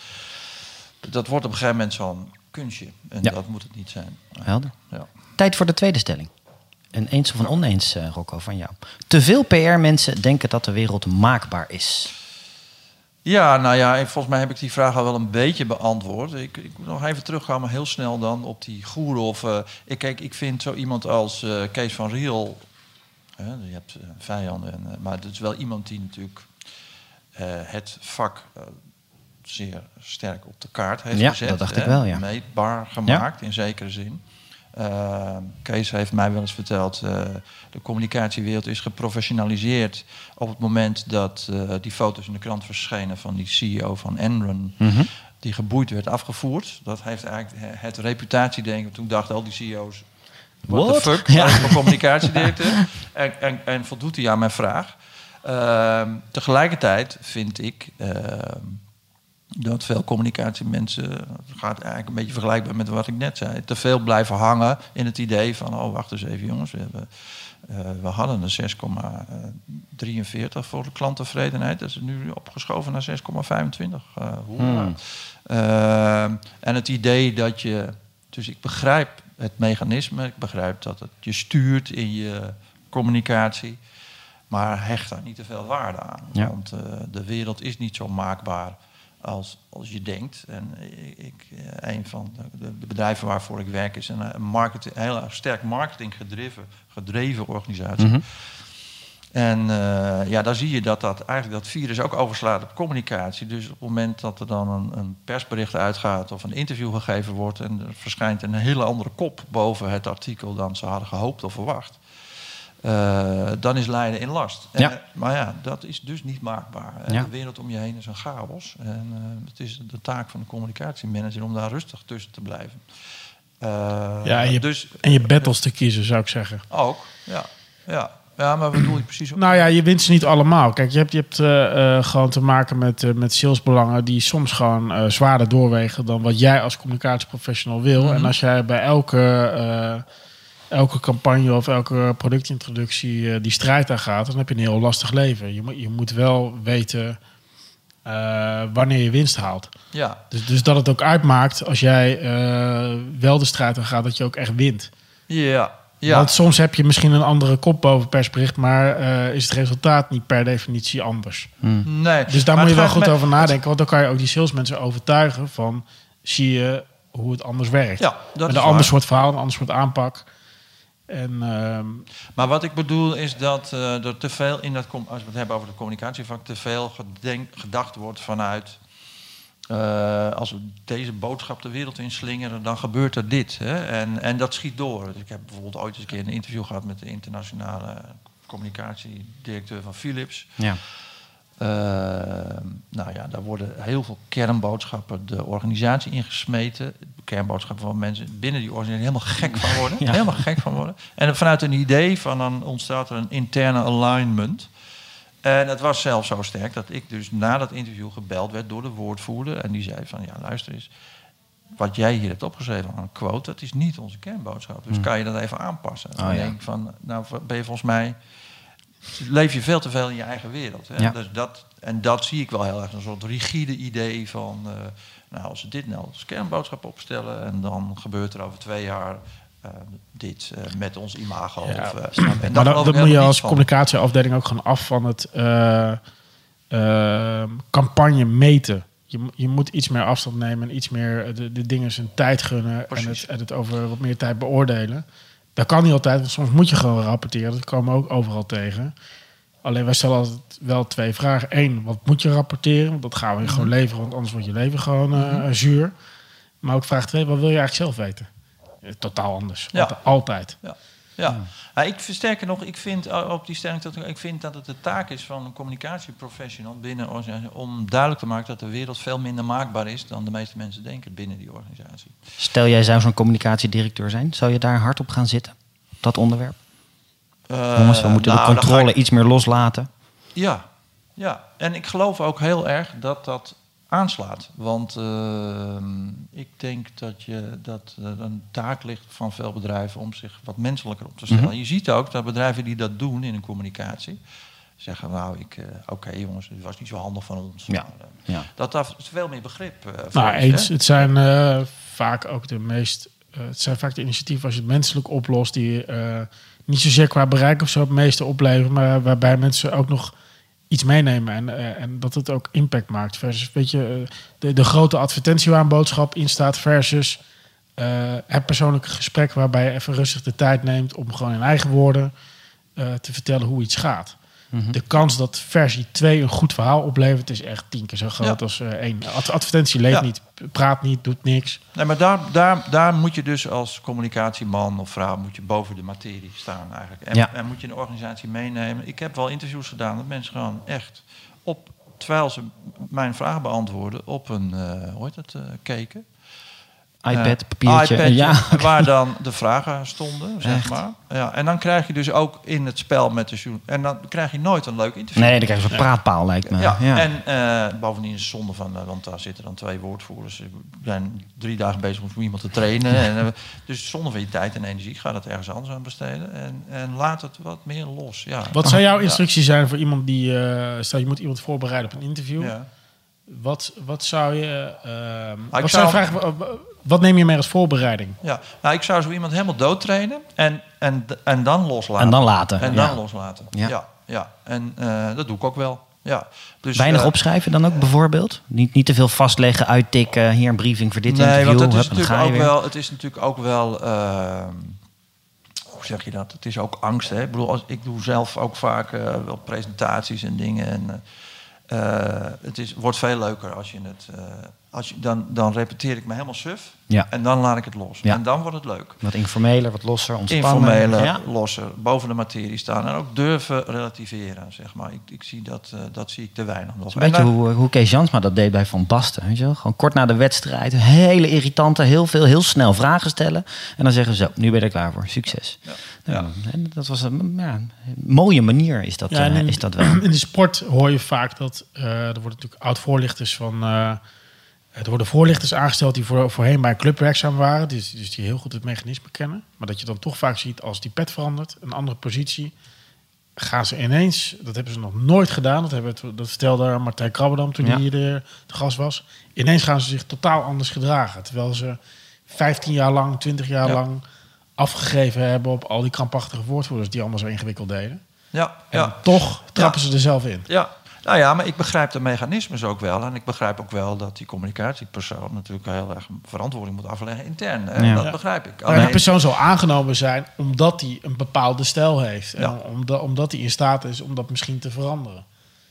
Dat wordt op een gegeven moment zo'n kunstje. En ja. dat moet het niet zijn. Helder. Ja. Tijd voor de tweede stelling. Een eens of een oneens, uh, Rocco, van jou. Te veel P R-mensen denken dat de wereld maakbaar is. Ja, nou ja, en volgens mij heb ik die vraag al wel een beetje beantwoord. Ik, ik moet nog even teruggaan, maar heel snel dan op die goeroe. Of, uh, ik, kijk, ik vind zo iemand als uh, Kees van Riel, uh, je hebt uh, vijanden, en, uh, maar het is wel iemand die natuurlijk uh, het vak uh, zeer sterk op de kaart heeft ja, gezet. Dat dacht hè, ik wel, ja. meetbaar gemaakt, ja. in zekere zin. Uh, Kees heeft mij wel eens verteld, uh, de communicatiewereld is geprofessionaliseerd op het moment dat uh, die foto's in de krant verschenen van die C E O van Enron, mm-hmm. die geboeid werd afgevoerd. Dat heeft eigenlijk het reputatiedenken. Toen dachten al die C E O's, what, what? the fuck, ja. dat is mijn communicatiedirecteur. en, en, en voldoet hij aan mijn vraag. Uh, tegelijkertijd vind ik Uh, dat veel communicatiemensen, het gaat eigenlijk een beetje vergelijkbaar met wat ik net zei, te veel blijven hangen in het idee van, oh wacht eens even jongens, we, hebben, uh, we hadden een zes komma drieënveertig voor de klanttevredenheid, dat is nu opgeschoven naar zes komma vijfentwintig. Uh, hmm. uh, en het idee dat je, dus ik begrijp het mechanisme, ik begrijp dat het je stuurt in je communicatie, maar hecht daar niet te veel waarde aan. Ja. Want uh, de wereld is niet zo maakbaar Als, als je denkt. En ik, een van de, de bedrijven waarvoor ik werk is een marketing, heel sterk marketing gedreven, gedreven organisatie. Mm-hmm. En uh, ja, daar zie je dat, dat eigenlijk dat virus ook overslaat op communicatie. Dus op het moment dat er dan een, een persbericht uitgaat of een interview gegeven wordt en er verschijnt een hele andere kop boven het artikel dan ze hadden gehoopt of verwacht. Uh, dan is lijden in last. Ja. En, maar ja, dat is dus niet maakbaar. Ja. De wereld om je heen is een chaos. En uh, het is de taak van de communicatiemanager om daar rustig tussen te blijven. Uh, ja, en je, dus, en je battles te kiezen, zou ik zeggen. Ook, ja. ja. Ja, maar wat bedoel je precies? Op? Nou ja, je wint ze niet allemaal. Kijk, je hebt, je hebt uh, uh, gewoon te maken met, uh, met salesbelangen die soms gewoon uh, zwaarder doorwegen dan wat jij als communicatieprofessional wil. Mm-hmm. En als jij bij elke Uh, elke campagne of elke productintroductie uh, die strijd aangaat, dan heb je een heel lastig leven. Je, moet, je moet wel weten uh, wanneer je winst haalt. Ja. Dus, dus dat het ook uitmaakt als jij uh, wel de strijd aangaat, dat je ook echt wint. Ja. Ja. Want soms heb je misschien een andere kop boven persbericht, maar uh, is het resultaat niet per definitie anders. Hmm. Nee. Dus daar maar moet je wel goed met over nadenken, want dan kan je ook die salesmensen overtuigen van, zie je hoe het anders werkt. Ja, dat met is een ander waar. soort verhaal, een ander soort aanpak. En, um... Maar wat ik bedoel is dat uh, er te veel in dat, als we het hebben over het communicatievak, te veel gedenk, gedacht wordt vanuit uh, als we deze boodschap de wereld inslingeren, dan gebeurt er dit. Hè? En, en dat schiet door. Ik heb bijvoorbeeld ooit eens een keer een interview gehad met de internationale communicatiedirecteur van Philips. Ja. Uh, nou ja, daar worden heel veel kernboodschappen de organisatie ingesmeten. Kernboodschappen van mensen binnen die organisatie helemaal gek van worden. Ja. Helemaal gek van worden. En vanuit een idee van dan ontstaat er een interne alignment. En het was zelfs zo sterk dat ik dus na dat interview gebeld werd door de woordvoerder. En die zei van, ja, luister eens, wat jij hier hebt opgeschreven aan een quote, dat is niet onze kernboodschap. Dus mm. kan je dat even aanpassen? En oh, dan ja. denk ik van, nou ben je volgens mij, leef je veel te veel in je eigen wereld. Hè? Ja. Dus dat, en dat zie ik wel heel erg, een soort rigide idee van, uh, nou als we dit nou als kernboodschap opstellen en dan gebeurt er over twee jaar uh, dit uh, met ons imago. Ja. Of, uh, en maar dat, dat moet je als communicatieafdeling ook gaan af van het uh, uh, campagne meten. Je, je moet iets meer afstand nemen en iets meer de, de dingen zijn tijd gunnen en het, en het over wat meer tijd beoordelen. Dat kan niet altijd, want soms moet je gewoon rapporteren. Dat komen we ook overal tegen. Alleen wij stellen altijd wel twee vragen. Eén, wat moet je rapporteren? Want dat gaan we mm-hmm. gewoon leveren, want anders wordt je leven gewoon uh, mm-hmm. zuur. Maar ook vraag twee, wat wil je eigenlijk zelf weten? Totaal anders. Ja. Altijd. Ja. Ja. Ja, ik versterker nog, ik vind op die stelling dat ik vind dat het de taak is van een communicatieprofessional binnen een organisatie om duidelijk te maken dat de wereld veel minder maakbaar is dan de meeste mensen denken binnen die organisatie. Stel jij zou zo'n communicatiedirecteur zijn, zou je daar hard op gaan zitten? Dat onderwerp? Uh, Jongens, we moeten nou, de controle ik... iets meer loslaten. Ja, ja, en ik geloof ook heel erg dat dat aanslaat. Want uh, ik denk dat, je, dat er een taak ligt van veel bedrijven om zich wat menselijker op te stellen. Mm-hmm. Je ziet ook dat bedrijven die dat doen in een communicatie zeggen, nou, ik, uh, oké okay, jongens, het was niet zo handig van ons. Ja. Maar, uh, ja. Dat daar veel meer begrip uh, voor nou, is. Eens, het zijn uh, vaak ook de meest, uh, het zijn vaak de initiatieven als je het menselijk oplost, die uh, niet zozeer qua bereik of zo het meeste opleveren, maar waarbij mensen ook nog iets meenemen en, uh, en dat het ook impact maakt. Versus, weet je, uh, de, de grote advertentiewaanboodschap in staat versus uh, het persoonlijke gesprek waarbij je even rustig de tijd neemt om gewoon in eigen woorden uh, te vertellen hoe iets gaat. Mm-hmm. De kans dat versie twee een goed verhaal oplevert is echt tien keer zo groot ja. als uh, één. Ad- advertentie leeft ja. niet, praat niet, doet niks. Nee, maar daar, daar, daar moet je dus als communicatieman of vrouw moet je boven de materie staan eigenlijk. En, ja. en moet je een organisatie meenemen. Ik heb wel interviews gedaan dat mensen gewoon echt op, terwijl ze mijn vragen beantwoorden, op een, uh, hoe heet het, uh, keken. iPad, papiertje. Uh, ja. Waar dan de vragen stonden, zeg Echt? maar. Ja, en dan krijg je dus ook in het spel met de journalist. En dan krijg je nooit een leuk interview. Nee, dan krijg je zo'n praatpaal, lijkt me. Ja, ja. en uh, bovendien is het zonde van, uh, want daar zitten dan twee woordvoerders. We zijn drie dagen bezig om iemand te trainen. en, uh, dus zonde van je tijd en energie. Ga dat ergens anders aan besteden. En, en laat het wat meer los. Ja. Wat zou jouw instructie ja. zijn voor iemand die... Uh, stel, je moet iemand voorbereiden op een interview. Ja. Wat, wat zou je... Uh, wat, zou je vragen, wat neem je mee als voorbereiding? Ja, nou, ik zou zo iemand helemaal doodtrainen en, en, en dan loslaten. En dan laten. En ja. dan loslaten. Ja, ja. ja. En uh, dat doe ik ook wel. Ja. Dus, weinig uh, opschrijven dan ook bijvoorbeeld? Niet, niet te veel vastleggen, uittikken, hier een briefing voor dit nee, interview. Want het, is hup, natuurlijk ook wel, het is natuurlijk ook wel... Uh, hoe zeg je dat? Het is ook angst. Hè? Ik bedoel, als, ik doe zelf ook vaak uh, wel presentaties en dingen en... Uh, Uh, het is, wordt veel leuker als je het... Uh, als je, dan, dan repeteer ik me helemaal suf. Ja. En dan laat ik het los. Ja. En dan wordt het leuk. Wat informeler, wat losser, ontspannen. Informeler, ja. losser, boven de materie staan. En ook durven relativeren, zeg maar. Ik, ik zie dat, uh, dat zie ik te weinig nog. Weet je hoe, hoe Kees Jansma dat deed bij Van Basten? Weet je wel? Gewoon kort na de wedstrijd. Hele irritante, heel veel, heel snel vragen stellen. En dan zeggen ze zo, nu ben je er klaar voor. Succes. Ja. Nou, ja. En dat was een, ja, een mooie manier, is dat, ja, in, uh, is dat wel. In de sport hoor je vaak dat... Uh, er worden natuurlijk oud-voorlichters van... Uh, er worden voorlichters aangesteld die voor, voorheen bij een club werkzaam waren. Dus, dus die heel goed het mechanisme kennen. Maar dat je dan toch vaak ziet als die pet verandert, een andere positie, gaan ze ineens, dat hebben ze nog nooit gedaan. Dat, hebben, dat vertelde Martijn Krabberdam toen ja. hij hier de, de gast was. Ineens gaan ze zich totaal anders gedragen. Terwijl ze vijftien jaar lang, twintig jaar ja. lang afgegeven hebben op al die krampachtige woordvoerders die allemaal zo ingewikkeld deden. Ja, en ja. toch trappen ja. ze er zelf in. Ja. Nou ja, maar ik begrijp de mechanismes ook wel. En ik begrijp ook wel dat die communicatiepersoon natuurlijk heel erg verantwoording moet afleggen intern. En Ja. dat Ja. begrijp ik. Maar Alleen, die persoon zal aangenomen zijn omdat hij een bepaalde stijl heeft. Ja. En omdat, omdat hij in staat is om dat misschien te veranderen.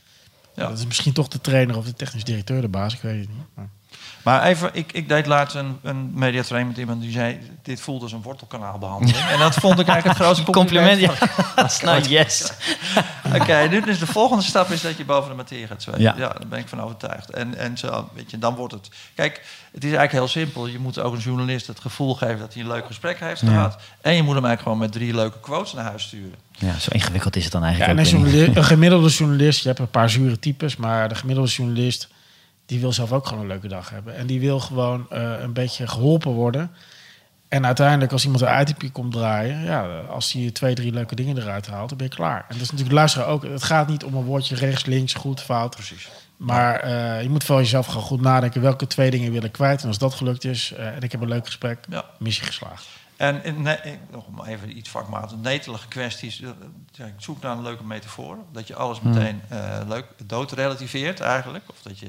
Ja. Dat is misschien toch de trainer of de technisch directeur de baas, ik weet het niet. Maar... Maar even, ik, ik deed laatst een, een mediatraining met iemand die zei... dit voelt als een wortelkanaalbehandeling. En dat vond ik eigenlijk het grootste compliment. Compliment, ja. Dat is nou yes. Oké, okay, nu is de volgende stap is dat je boven de materie gaat zweven. Ja. Ja. Daar ben ik van overtuigd. En, en zo, weet je, dan wordt het... Kijk, het is eigenlijk heel simpel. Je moet ook een journalist het gevoel geven dat hij een leuk gesprek heeft Ja. gehad. En je moet hem eigenlijk gewoon met drie leuke quotes naar huis sturen. Ja, zo ingewikkeld is het dan Ja, eigenlijk en ook een, weer niet. journalist, een gemiddelde journalist, je hebt een paar zure types, maar de gemiddelde journalist, die wil zelf ook gewoon een leuke dag hebben. En die wil gewoon uh, een beetje geholpen worden. En uiteindelijk, als iemand een itempje komt draaien, ja, als hij twee, drie leuke dingen eruit haalt, dan ben je klaar. En dat is natuurlijk luisteren ook. Het gaat niet om een woordje rechts, links, goed, fout. Precies. Maar uh, je moet voor jezelf gewoon goed nadenken welke twee dingen wil ik kwijt. En als dat gelukt is uh, en ik heb een leuk gesprek, Ja. missie geslaagd. En in, ne- nog om even iets vakmatig, netelige kwesties. Ja, ik zoek naar een leuke metafoor. Dat je alles meteen uh, leuk dood relativeert eigenlijk. Of dat je,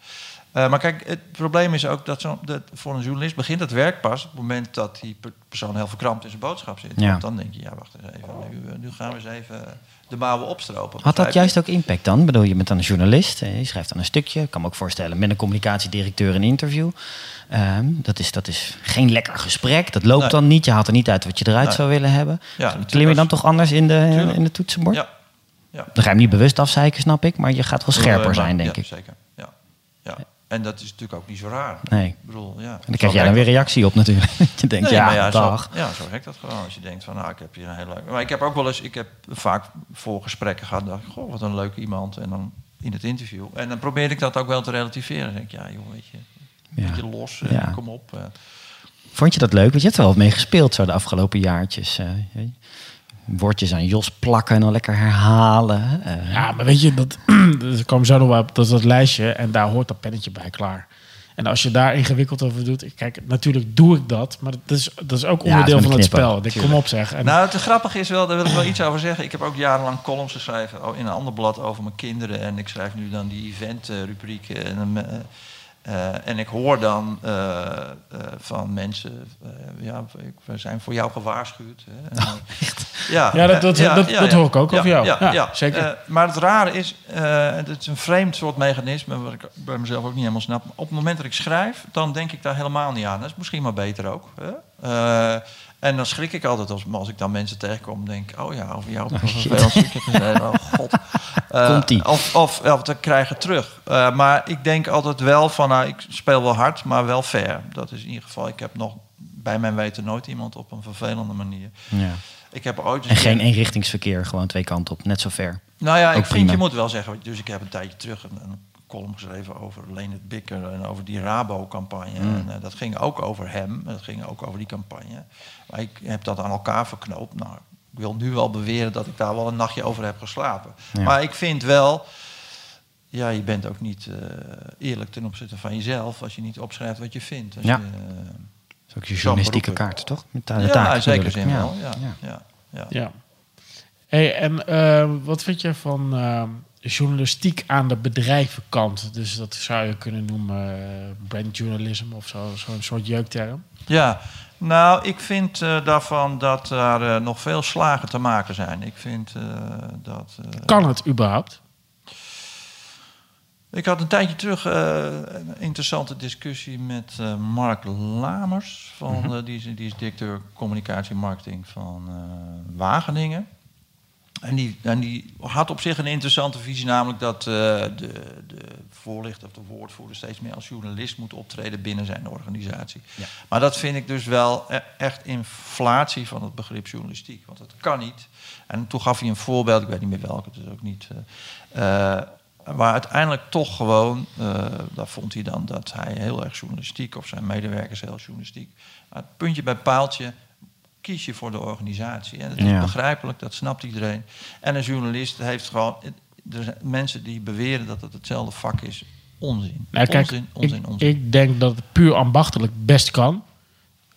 uh, maar kijk, het probleem is ook dat, zo, dat voor een journalist begint het werk pas op het moment dat die persoon heel verkrampt in zijn boodschap zit. Ja. Want dan denk je, ja, wacht eens even. Nu, nu gaan we eens even de mouwen opstropen. Had dat Begrijp juist je? ook impact dan? Bedoel, je bent dan een journalist, je schrijft dan een stukje. Ik kan me ook voorstellen, met een communicatiedirecteur een interview. Um, dat, is, dat is geen lekker gesprek. Dat loopt Nee. dan niet. Je haalt er niet uit wat je eruit Nee. zou willen hebben. Ja, Klim je dan natuurlijk. toch anders in de, Tuurlijk. in de toetsenbord? Ja. Ja. Dan ga je hem niet bewust afzeiken, snap ik. Maar je gaat wel scherper Uh, zijn, maar- denk ja, ik. Zeker. Ja. Ja. En dat is natuurlijk ook niet zo raar. Nee. Ik bedoel, ja. En dan krijg jij dan weer reactie op natuurlijk. je denkt, Nee, ja, maar ja, dag. Zo, ja, zo werkt dat gewoon. Als je denkt van, nou, ik heb hier een heel leuk... Maar ik heb ook wel eens, ik heb vaak voor gesprekken gehad, dacht ik, goh, wat een leuke iemand. En dan in het interview. En dan probeerde ik dat ook wel te relativeren. Dan denk ik, ja, joh, weet je, een Ja. beetje los, eh, Ja. kom op. eh. Vond je dat leuk? Want je hebt er wel mee gespeeld zo de afgelopen jaartjes. eh, woordjes aan Jos plakken en dan lekker herhalen. eh. Ja, maar weet je, dat, er komen zo nog wel op, dat is dat lijstje en daar hoort dat pennetje bij, klaar. En als je daar ingewikkeld over doet, kijk, natuurlijk doe ik dat, maar dat is, dat is ook Ja, onderdeel dat is van met het knippen, spel. Ik kom op zeg. En, Nou, het grappige is wel, daar wil ik wel iets over zeggen. Ik heb ook jarenlang columns geschreven in een ander blad over mijn kinderen. En ik schrijf nu dan die event-rubrieken. En, uh, uh, en ik hoor dan uh, uh, van mensen, uh, ja, we zijn voor jou gewaarschuwd. Hè. En, Oh, echt? Ja, Ja, dat- dat- dat- dat hoor ik ook over jou. Ja, zeker. Uh, maar het rare is, uh, het is een vreemd soort mechanisme, wat ik bij mezelf ook niet helemaal snap. Op het moment dat ik schrijf, dan denk ik daar helemaal niet aan. Dat is misschien maar beter ook. Hè? Uh, en dan schrik ik altijd als, als ik dan mensen tegenkom, denk ik, oh ja, over jou. Oh, Oh, oh god. Uh, Komt-ie. Of, of, of te krijgen terug. Uh, maar ik denk altijd wel van, nou, ik speel wel hard, maar wel fair. Dat is in ieder geval, ik heb nog bij mijn weten nooit iemand op een vervelende manier. Ja. Ik heb ooit eens En geen keer- eenrichtingsverkeer, gewoon twee kanten op. Net zo ver. Nou ja, Ook ik vind, prima. je moet wel zeggen, dus ik heb een tijdje terug een, een column geschreven over Leonard Bikker en over die Rabo-campagne. Mm. En uh, dat ging ook over hem, dat ging ook over die campagne. Maar ik heb dat aan elkaar verknoopt. Nou, ik wil nu wel beweren dat ik daar wel een nachtje over heb geslapen. Ja. Maar ik vind wel, ja, je bent ook niet uh, eerlijk ten opzichte van jezelf als je niet opschrijft wat je vindt. Als Ja. je, uh, Dat is ook je Zo'n journalistieke beroep. kaart, toch? Met ta- de ja, taak, in zekere bedoel ik. zin Ja. wel. Ja, Ja. ja. Ja. ja. Hey, en uh, wat vind je van uh, journalistiek aan de bedrijvenkant? Dus dat zou je kunnen noemen uh, brandjournalism of zo, zo'n soort jeukterm. Ja, nou, ik vind uh, daarvan dat er uh, nog veel slagen te maken zijn. Ik vind uh, dat... Uh, Kan het überhaupt? Ik had een tijdje terug uh, een interessante discussie met uh, Mark Lamers. Van, Mhm. uh, die, is, die is directeur communicatie en marketing van uh, Wageningen. En die, en die had op zich een interessante visie, namelijk dat uh, de, de voorlichter of de woordvoerder steeds meer als journalist moet optreden binnen zijn organisatie. Ja. Maar dat vind ik dus wel e- echt inflatie van het begrip journalistiek. Want dat kan niet. En toen gaf hij een voorbeeld, ik weet niet meer welke, dus ook niet. Uh, uh, waar uiteindelijk toch gewoon, uh, daar vond hij dan dat hij heel erg journalistiek, of zijn medewerkers heel journalistiek. Maar het puntje bij paaltje kies je voor de organisatie. En het is Ja. begrijpelijk, dat snapt iedereen. En een journalist heeft gewoon... Er zijn mensen die beweren dat het hetzelfde vak is. Onzin. Nou, kijk, onzin, onzin, ik, onzin. ik denk dat het puur ambachtelijk best kan.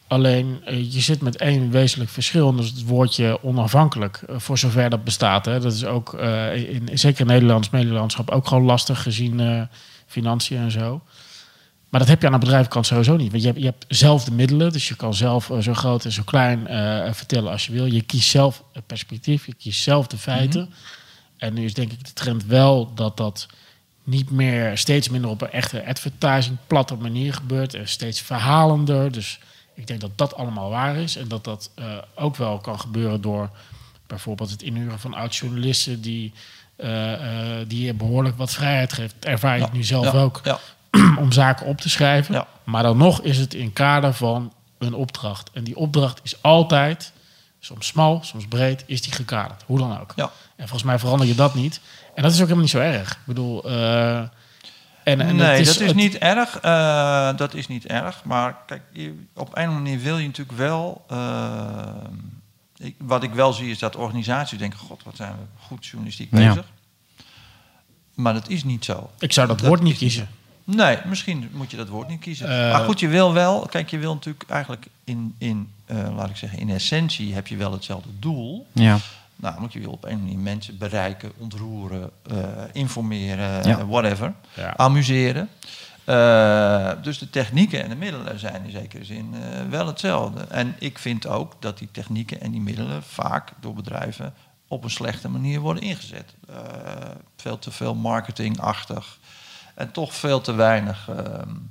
Alleen uh, je zit met één wezenlijk verschil. En dat is het woordje onafhankelijk. Uh, voor zover dat bestaat. Hè. Dat is ook, uh, in, zeker in Nederlands medielandschap, ook gewoon lastig gezien uh, financiën en zo. Maar dat heb je aan de bedrijvenkant sowieso niet. Want je hebt, je hebt zelf de middelen. Dus je kan zelf uh, zo groot en zo klein uh, vertellen als je wil. Je kiest zelf het perspectief. Je kiest zelf de feiten. Mm-hmm. En nu is denk ik de trend wel dat dat niet meer steeds minder op een echte advertising platte manier gebeurt. En steeds verhalender. Dus ik denk dat dat allemaal waar is. En dat dat uh, ook wel kan gebeuren door bijvoorbeeld het inhuren van oud-journalisten die, uh, uh, die je behoorlijk wat vrijheid geeft. Ervaar je ja, nu zelf ja, ook. Ja. Om zaken op te schrijven. Ja. Maar dan nog is het in kader van een opdracht. En die opdracht is altijd, soms smal, soms breed, is die gekaderd. Hoe dan ook. Ja. En volgens mij verander je dat niet. En dat is ook helemaal niet zo erg. Ik bedoel... Uh, En, en nee, is, dat is het... niet erg. Uh, dat is niet erg. Maar kijk, je, op een manier wil je natuurlijk wel... Uh, ik, wat ik wel zie is dat organisaties denken... God, wat zijn we goed journalistiek bezig. Ja. Maar dat is niet zo. Ik zou dat, dat woord niet kiezen. Nee, misschien moet je dat woord niet kiezen. Uh, maar goed, je wil wel... Kijk, je wil natuurlijk eigenlijk in, in uh, laat ik zeggen, in essentie heb je wel hetzelfde doel. Ja. Nou, moet je wil op een manier mensen bereiken, ontroeren, uh, informeren, ja. uh, whatever. Ja. Amuseren. Uh, dus de technieken en de middelen zijn in zekere zin uh, wel hetzelfde. En ik vind ook dat die technieken en die middelen vaak door bedrijven op een slechte manier worden ingezet. Uh, veel te veel marketingachtig en toch veel te weinig... Uh,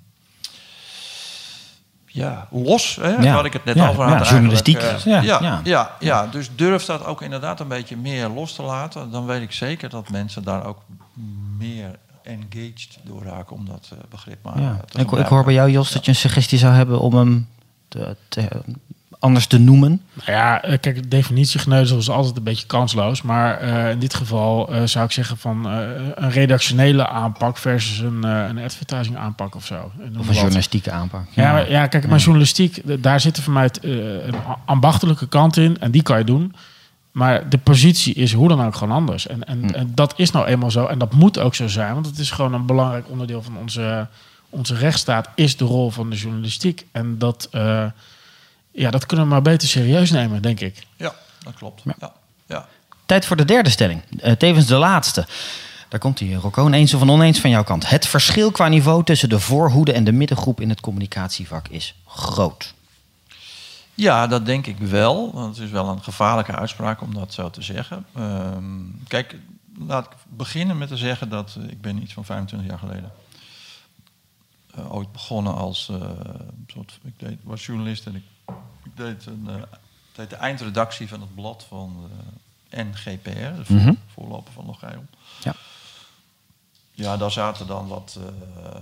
Ja, los, hè, ja. Waar ik het net ja, over had. Ja, journalistiek. Uh, ja, ja, ja. Ja, ja, dus durf dat ook inderdaad een beetje meer los te laten. Dan weet ik zeker dat mensen daar ook meer engaged door raken om dat uh, begrip maar ja. te ik, ik hoor bij jou, Jos, dat je een suggestie zou hebben om hem te, te, anders te noemen. Nou ja, kijk, definitiegeneuzel is altijd een beetje kansloos. Maar uh, in dit geval uh, zou ik zeggen van uh, een redactionele aanpak versus een, uh, een advertising aanpak of zo. Of een journalistieke aanpak. Ja, ja, maar, ja kijk, maar journalistiek, daar zit er voor mij het, uh, een ambachtelijke kant in. En die kan je doen. Maar de positie is hoe dan ook gewoon anders. En, en, hm. en dat is nou eenmaal zo. En dat moet ook zo zijn. Want het is gewoon een belangrijk onderdeel van onze, onze rechtsstaat. Is de rol van de journalistiek. En dat... Uh, Ja, dat kunnen we maar beter serieus nemen, denk ik. Ja, dat klopt. Ja. Ja. Ja. Tijd voor de derde stelling. Uh, tevens de laatste. Daar komt hij, Rocco. Eens of oneens van jouw kant. Het verschil qua niveau tussen de voorhoede en de middengroep in het communicatievak is groot. Ja, dat denk ik wel. Want het is wel een gevaarlijke uitspraak om dat zo te zeggen. Um, kijk, laat ik beginnen met te zeggen dat... Uh, ik ben iets van vijfentwintig jaar geleden... Uh, ooit begonnen als... Uh, soort, ik deed, was journalist en ik... Ik deed, een, uh, deed de eindredactie van het blad van uh, N G P R, de voor, mm-hmm. voorloper van Logeil. Ja. Ja, daar zaten dan wat, uh,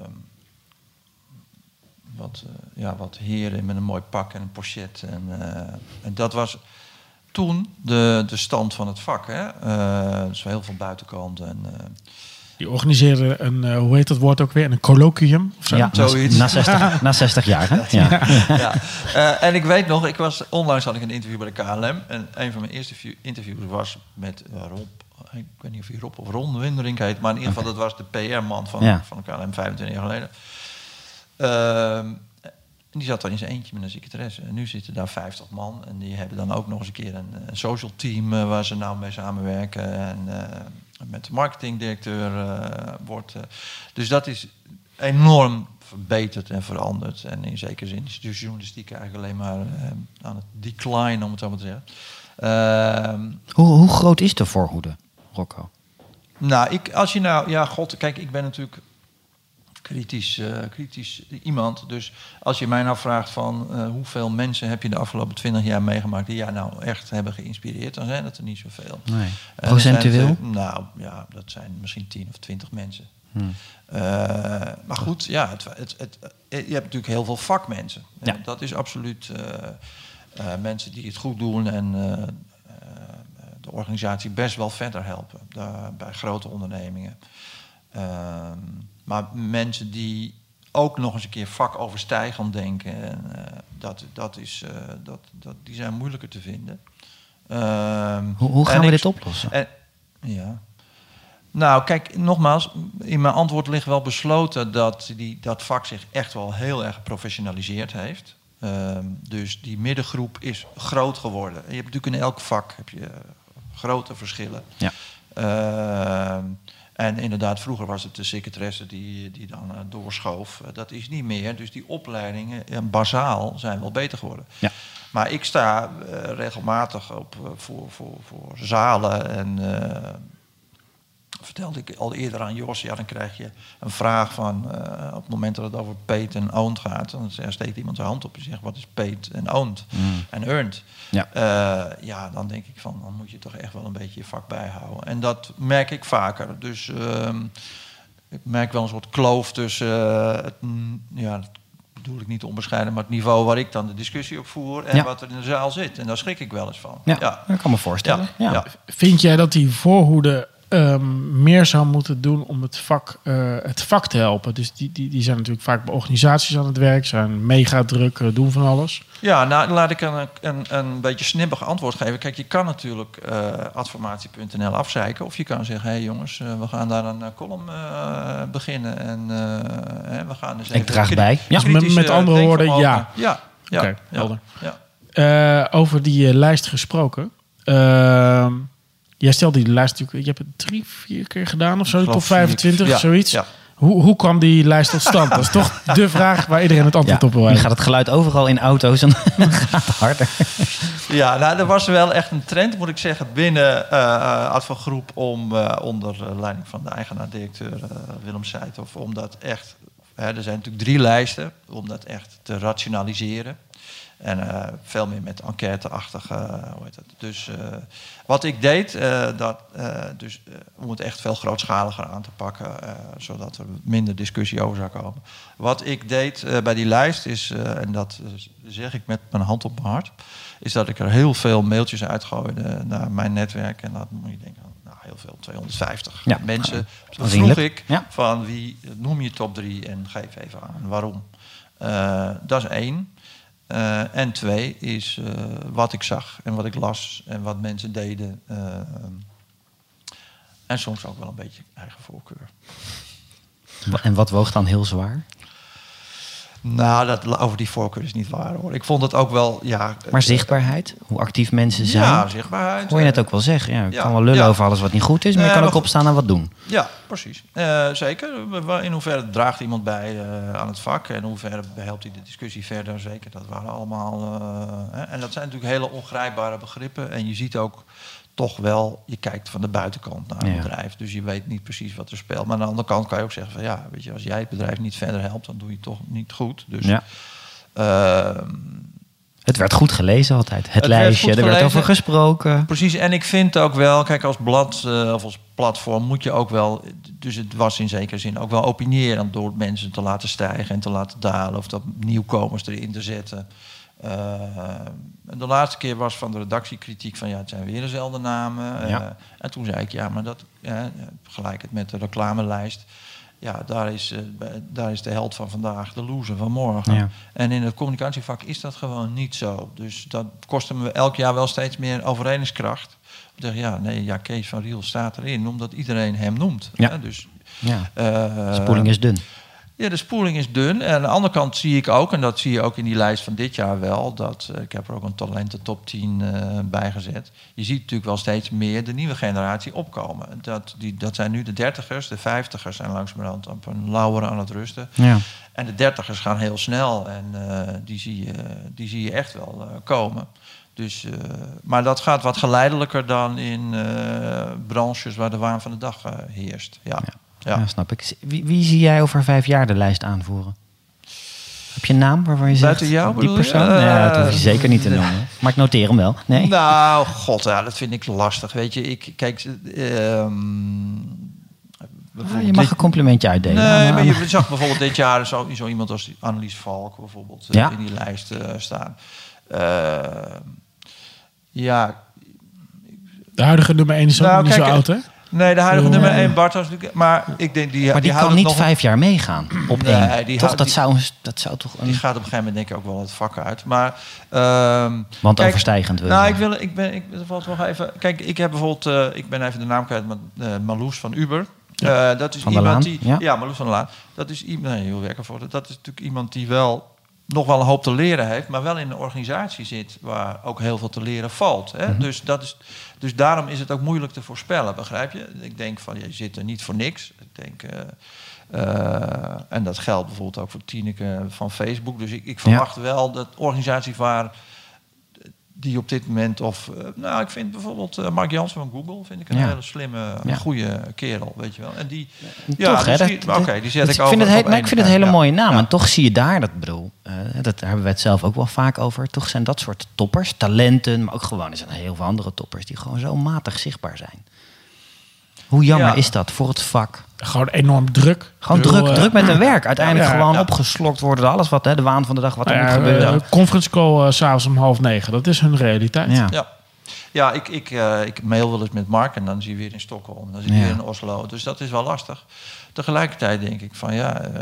wat, uh, ja, wat heren met een mooi pak en een pochet. En, uh, en dat was toen de, de stand van het vak. Hè? Uh, dus heel veel buitenkant en... Uh, Die organiseerden een, uh, hoe heet dat woord ook weer? Een colloquium? Of zo? Ja, zoiets. Na, zestig, na zestig jaar, hè? Ja. Ja. Ja. Uh, en ik weet nog, ik was, onlangs had ik een interview bij de K L M. En een van mijn eerste view, interviews was met uh, Rob. Ik weet niet of hij Rob of Ron Winderink heet. Maar in ieder geval, okay. Dat was de P R-man van, ja. van de K L M vijfentwintig jaar geleden. Uh, en die zat daar in zijn eentje met een secretaresse. En nu zitten daar vijftig man. En die hebben dan ook nog eens een keer een, een social team... Uh, waar ze nou mee samenwerken. En... Uh, met de marketingdirecteur uh, wordt. Uh, dus dat is enorm verbeterd en veranderd. En in zekere zin is de journalistiek eigenlijk alleen maar uh, aan het decline, om het zo maar te zeggen. Uh, hoe, hoe groot is de voorhoede, Rocco? Nou, ik, als je nou... Ja, god, kijk, ik ben natuurlijk kritisch, uh, kritisch iemand. Dus als je mij nou vraagt van... Uh, hoeveel mensen heb je de afgelopen twintig jaar meegemaakt... die jou nou echt hebben geïnspireerd... dan zijn dat er niet zoveel. Nee. Procentueel? Uh, nou, ja, dat zijn misschien tien of twintig mensen. Hmm. Uh, maar goed, ja, het, het, het, het, je hebt natuurlijk heel veel vakmensen. Ja. Uh, dat is absoluut uh, uh, mensen die het goed doen... en uh, uh, de organisatie best wel verder helpen. Uh, bij grote ondernemingen. Uh, maar mensen die ook nog eens een keer vakoverstijgend denken... En, uh, dat, dat is, uh, dat, dat, die zijn moeilijker te vinden. Uh, hoe, hoe gaan we ik, dit oplossen? En, ja... Nou, kijk, nogmaals, in mijn antwoord ligt wel besloten dat die, dat vak zich echt wel heel erg geprofessionaliseerd heeft. Uh, dus die middengroep is groot geworden. En je hebt natuurlijk in elk vak heb je uh, grote verschillen. Ja. Uh, en inderdaad, vroeger was het de secretaresse die, die dan uh, doorschoof. Uh, dat is niet meer. Dus die opleidingen, uh, bazaal, zijn wel beter geworden. Ja. Maar ik sta uh, regelmatig op, uh, voor, voor, voor zalen en... Uh, vertelde ik al eerder aan Jos, ja, dan krijg je een vraag van... Uh, op het moment dat het over paid en owned gaat... dan steekt iemand zijn hand op en zegt, wat is paid en owned mm. en earned? Ja. Uh, ja, dan denk ik van, dan moet je toch echt wel een beetje je vak bijhouden. En dat merk ik vaker. Dus uh, ik merk wel een soort kloof tussen... Uh, het, ja, dat bedoel ik niet onbescheiden, maar het niveau waar ik dan de discussie op voer... en ja. wat er in de zaal zit. En daar schrik ik wel eens van. Ja, ja. dat kan me voorstellen. Ja. Ja. Ja. Vind jij dat die voorhoede... Um, meer zou moeten doen om het vak, uh, het vak te helpen. Dus die, die, die zijn natuurlijk vaak bij organisaties aan het werk, zijn mega druk, uh, doen van alles. Ja, nou laat ik een, een, een beetje snibbig antwoord geven. Kijk, je kan natuurlijk uh, adformatie punt n l afzeiken. Of je kan zeggen, hé hey jongens, uh, we gaan daar een uh, column uh, beginnen. En uh, hè, we gaan dus ik draag bij. Ja. Dus met, met andere woorden, ja. Ja, ja, okay, ja, helder. Ja. Uh, over die uh, lijst gesproken... Uh, Jij stelde die lijst natuurlijk... Je hebt het drie, vier keer gedaan of zo, de top vijfentwintig, ja, zoiets. Ja. Hoe, hoe kwam die lijst tot stand? Dat is toch de vraag waar iedereen het antwoord ja, op wil nu hebben. gaat het geluid overal in auto's en gaat het harder. Ja, nou, er was wel echt een trend, moet ik zeggen, binnen uh, Advogroep... om uh, onder uh, leiding van de eigenaar-directeur uh, Willem Seithoff... om dat echt... Hè, er zijn natuurlijk drie lijsten, om dat echt te rationaliseren... En uh, veel meer met enquête-achtige, uh, hoe heet het. Dus uh, wat ik deed, uh, dat, uh, dus, uh, om het echt veel grootschaliger aan te pakken, uh, zodat er minder discussie over zou komen. Wat ik deed uh, bij die lijst is, uh, en dat uh, zeg ik met mijn hand op mijn hart, is dat ik er heel veel mailtjes uitgooide naar mijn netwerk. En dat moet je denken, nou heel veel, tweehonderdvijftig ja. mensen. Toen vroeg ik ja. van wie noem je top drie en geef even aan waarom. Uh, dat is één. Uh, en twee is uh, wat ik zag en wat ik las en wat mensen deden. Uh, en soms ook wel een beetje eigen voorkeur. En wat woog dan heel zwaar? Nou, dat, over die voorkeur is niet waar hoor. Ik vond het ook wel, ja... Maar zichtbaarheid? Hoe actief mensen zijn? Ja, zichtbaarheid. Hoor je het ook wel zeggen? Ja, ik ja, kan wel lullen ja. over alles wat niet goed is, maar uh, je kan ook opstaan en wat doen. Ja, precies. Uh, zeker. In hoeverre draagt iemand bij uh, aan het vak en in hoeverre helpt hij de discussie verder? Zeker, dat waren allemaal... Uh, hè. En dat zijn natuurlijk hele ongrijpbare begrippen. En je ziet ook toch wel, je kijkt van de buitenkant naar een ja. bedrijf. Dus je weet niet precies wat er speelt. Maar aan de andere kant kan je ook zeggen van ja, weet je, als jij het bedrijf niet verder helpt, dan doe je het toch niet goed. Dus ja. uh, het werd goed gelezen altijd. Het, het lijstje, werd er werd over gesproken. Precies, en ik vind ook wel, kijk, als blad uh, of als platform moet je ook wel, dus het was in zekere zin ook wel opiniëren door mensen te laten stijgen en te laten dalen of dat nieuwkomers erin te zetten. Uh, de laatste keer was van de redactiekritiek van ja, het zijn weer dezelfde namen. Ja. Uh, en toen zei ik ja, maar dat uh, gelijk het met de reclamelijst. Ja, daar is, uh, daar is de held van vandaag, de loser van morgen. Ja. En in het communicatievak is dat gewoon niet zo. Dus dat kostte me elk jaar wel steeds meer overredingskracht. Om te zeggen, ja, nee, ja, Kees van Riel staat erin, omdat iedereen hem noemt. Ja. Hè? Dus, ja. Uh, de spoeling is dun. Ja, de spoeling is dun. En aan de andere kant zie ik ook, en dat zie je ook in die lijst van dit jaar wel, dat uh, ik heb er ook een talenten top tien uh, bij gezet. Je ziet natuurlijk wel steeds meer de nieuwe generatie opkomen. Dat, die, dat zijn nu de dertigers, de vijftigers zijn langzamerhand op een lauweren aan het rusten. Ja. En de dertigers gaan heel snel en uh, die, zie je, die zie je echt wel uh, komen. Dus, uh, maar dat gaat wat geleidelijker dan in uh, branches waar de waan van de dag uh, heerst. Ja. Ja. Ja. Ja, snap ik. Wie, wie zie jij over vijf jaar de lijst aanvoeren? Heb je een naam waarvan je zegt... Buiten jou, die persoon? Uh, nee, dat hoef je zeker niet te noemen. Maar ik noteer hem wel. Nee. Nou, god, ja, dat vind ik lastig. Weet je, ik... Kijk... Um, ah, je mag dit, een complimentje uitdelen. Nee, maar je zag bijvoorbeeld dit jaar zo, zo iemand als Annelies Valk bijvoorbeeld ja. in die lijst uh, staan. Uh, ja... De huidige nummer één is ook nou, niet kijk, zo oud, hè? Nee, de huidige uh, nummer één, Bart, was natuurlijk... Maar ik denk die... Maar die, die kan niet nog vijf jaar meegaan op nee, één. Die toch, houdt, dat, die, zou, dat zou toch... Een... Die gaat op een gegeven moment denk ik ook wel het vak uit. Maar... Uh, Want kijk, overstijgend wil Nou, ik wil... Ik ben... Ik, valt nog even... Kijk, ik heb bijvoorbeeld... Uh, ik ben even de naam kwijt, maar uh, Marloes van Uber. Ja. Uh, dat is van iemand Laan, die... Ja, ja Marloes van der Laan. Dat is iemand... Nee, heel werken voor. Dat is natuurlijk iemand die wel... nog wel een hoop te leren heeft, maar wel in een organisatie zit waar ook heel veel te leren valt. Hè? Mm-hmm. Dus, dat is, dus daarom is het ook moeilijk te voorspellen, begrijp je? Ik denk van, je zit er niet voor niks. Ik denk, uh, uh, en dat geldt bijvoorbeeld ook voor Tineke van Facebook. Dus ik, ik verwacht ja. wel dat organisaties waar die op dit moment, of uh, nou, ik vind bijvoorbeeld uh, Mark Jansen van Google, vind ik een ja. hele slimme, ja. goede kerel, weet je wel. En die, ja, toch, dus hè? die, Oké, okay, die zet ik, ik over. Vind het he- maar ik vind het een hele ja. mooie naam. Ja. En toch zie je daar, dat bedoel, uh, dat daar hebben we het zelf ook wel vaak over. Toch zijn dat soort toppers, talenten, maar ook gewoon er zijn heel veel andere toppers die gewoon zo matig zichtbaar zijn. Hoe jammer ja. is dat voor het vak? Gewoon enorm druk. Gewoon bedoel, druk, uh, druk met hun werk. Uiteindelijk ja, gewoon ja. opgeslokt worden. Alles wat, hè, de waan van de dag, wat er ja, moet ja, gebeuren. Uh, conference call uh, s'avonds om half negen. Dat is hun realiteit. Ja, ja. ja ik, ik, uh, ik mail wel eens met Mark en dan zie je weer in Stockholm. Dan zie je ja. weer in Oslo. Dus dat is wel lastig. Tegelijkertijd denk ik van ja... Uh,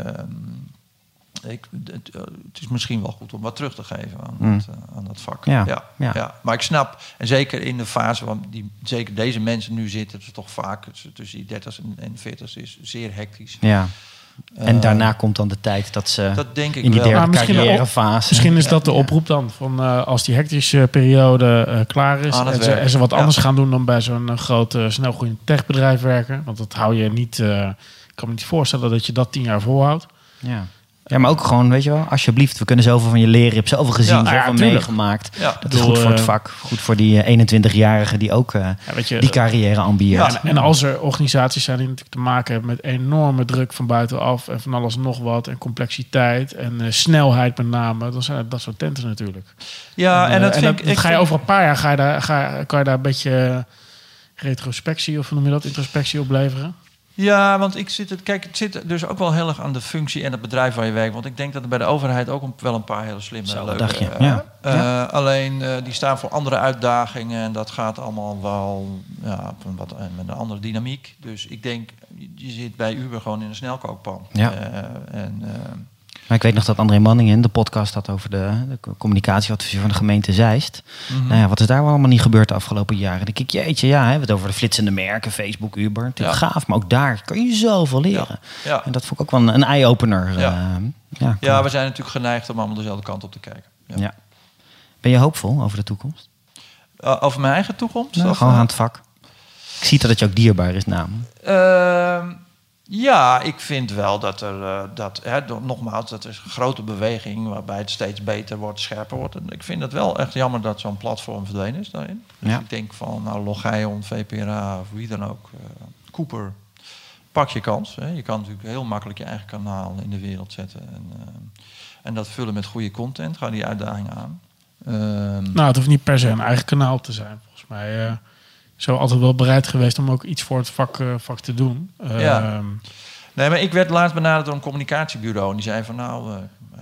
Ik, het, het is misschien wel goed om wat terug te geven aan, mm. dat, uh, aan dat vak. Ja, ja, ja. ja. Maar ik snap, en zeker in de fase waar die, zeker deze mensen nu zitten, het is toch vaak tussen die dertig en veertig is zeer hectisch. Ja. En uh, daarna komt dan de tijd dat ze dat denk ik in die wel. derde nou, carrièrefase... Misschien is dat de oproep dan, van uh, als die hectische periode uh, klaar is en ze, en ze wat anders ja. gaan doen dan bij zo'n uh, groot, uh, snelgroeiend techbedrijf werken. Want dat hou je niet, uh, ik kan me niet voorstellen dat je dat tien jaar volhoudt. Ja. Ja, maar ook gewoon, weet je wel, alsjeblieft, we kunnen zoveel van je leren. Je hebt zoveel gezien, ja, zoveel ja, meegemaakt. Ja, dat is goed voor het vak. Goed voor die eenentwintig-jarigen die ook uh, ja, weet je, die carrière ambieert. Ja, en, en als er organisaties zijn die natuurlijk te maken hebben met enorme druk van buitenaf en van alles nog wat en complexiteit en uh, snelheid met name, dan zijn het dat soort tenten natuurlijk. Ja, en, en dat en vind dat, ik... Dat ga je over een paar jaar, ga je daar, ga, kan je daar een beetje retrospectie, of hoe noem je dat, introspectie opleveren. Ja, want ik zit het, kijk, het zit dus ook wel heel erg aan de functie en het bedrijf waar je werkt. Want ik denk dat er bij de overheid ook een, wel een paar hele slimme, Zo, leuke... dacht je. Uh, ja. Uh, ja. Alleen, uh, die staan voor andere uitdagingen en dat gaat allemaal wel ja, wat, met een andere dynamiek. Dus ik denk, je zit bij Uber gewoon in een snelkookpan. Ja. Uh, en... Uh, Maar ik weet nog dat André Manningen de podcast had over de, de communicatieadviseur van de gemeente Zeist. Mm-hmm. Nou ja, wat is daar wel allemaal niet gebeurd de afgelopen jaren? Dan denk ik, jeetje, ja, hè, we het over de flitsende merken, Facebook, Uber. Natuurlijk ja. gaaf, maar ook daar kan je zoveel leren. Ja. Ja. En dat vond ik ook wel een, een eye-opener. Ja. Uh, ja, ja, we zijn natuurlijk geneigd om allemaal dezelfde kant op te kijken. Ja. Ja. Ben je hoopvol over de toekomst? Uh, over mijn eigen toekomst? Nou, of, gewoon uh, aan het vak. Ik zie dat het je ook dierbaar is, namelijk. Uh, Ja, ik vind wel dat er, uh, dat, hè, nogmaals, dat is een grote beweging waarbij het steeds beter wordt, scherper wordt. En ik vind het wel echt jammer dat zo'n platform verdwenen is daarin. Dus ja. ik denk van, nou, Logion, V P R A of wie dan ook, uh, Cooper, pak je kans. Hè. Je kan natuurlijk heel makkelijk je eigen kanaal in de wereld zetten. En, uh, en dat vullen met goede content, ga die uitdaging aan. Uh, nou, het hoeft niet per se een eigen kanaal te zijn, volgens mij. Uh, Zo altijd wel bereid geweest om ook iets voor het vak, uh, vak te doen. Uh, ja. Nee, maar ik werd laatst benaderd door een communicatiebureau. En die zei van, nou, uh, uh,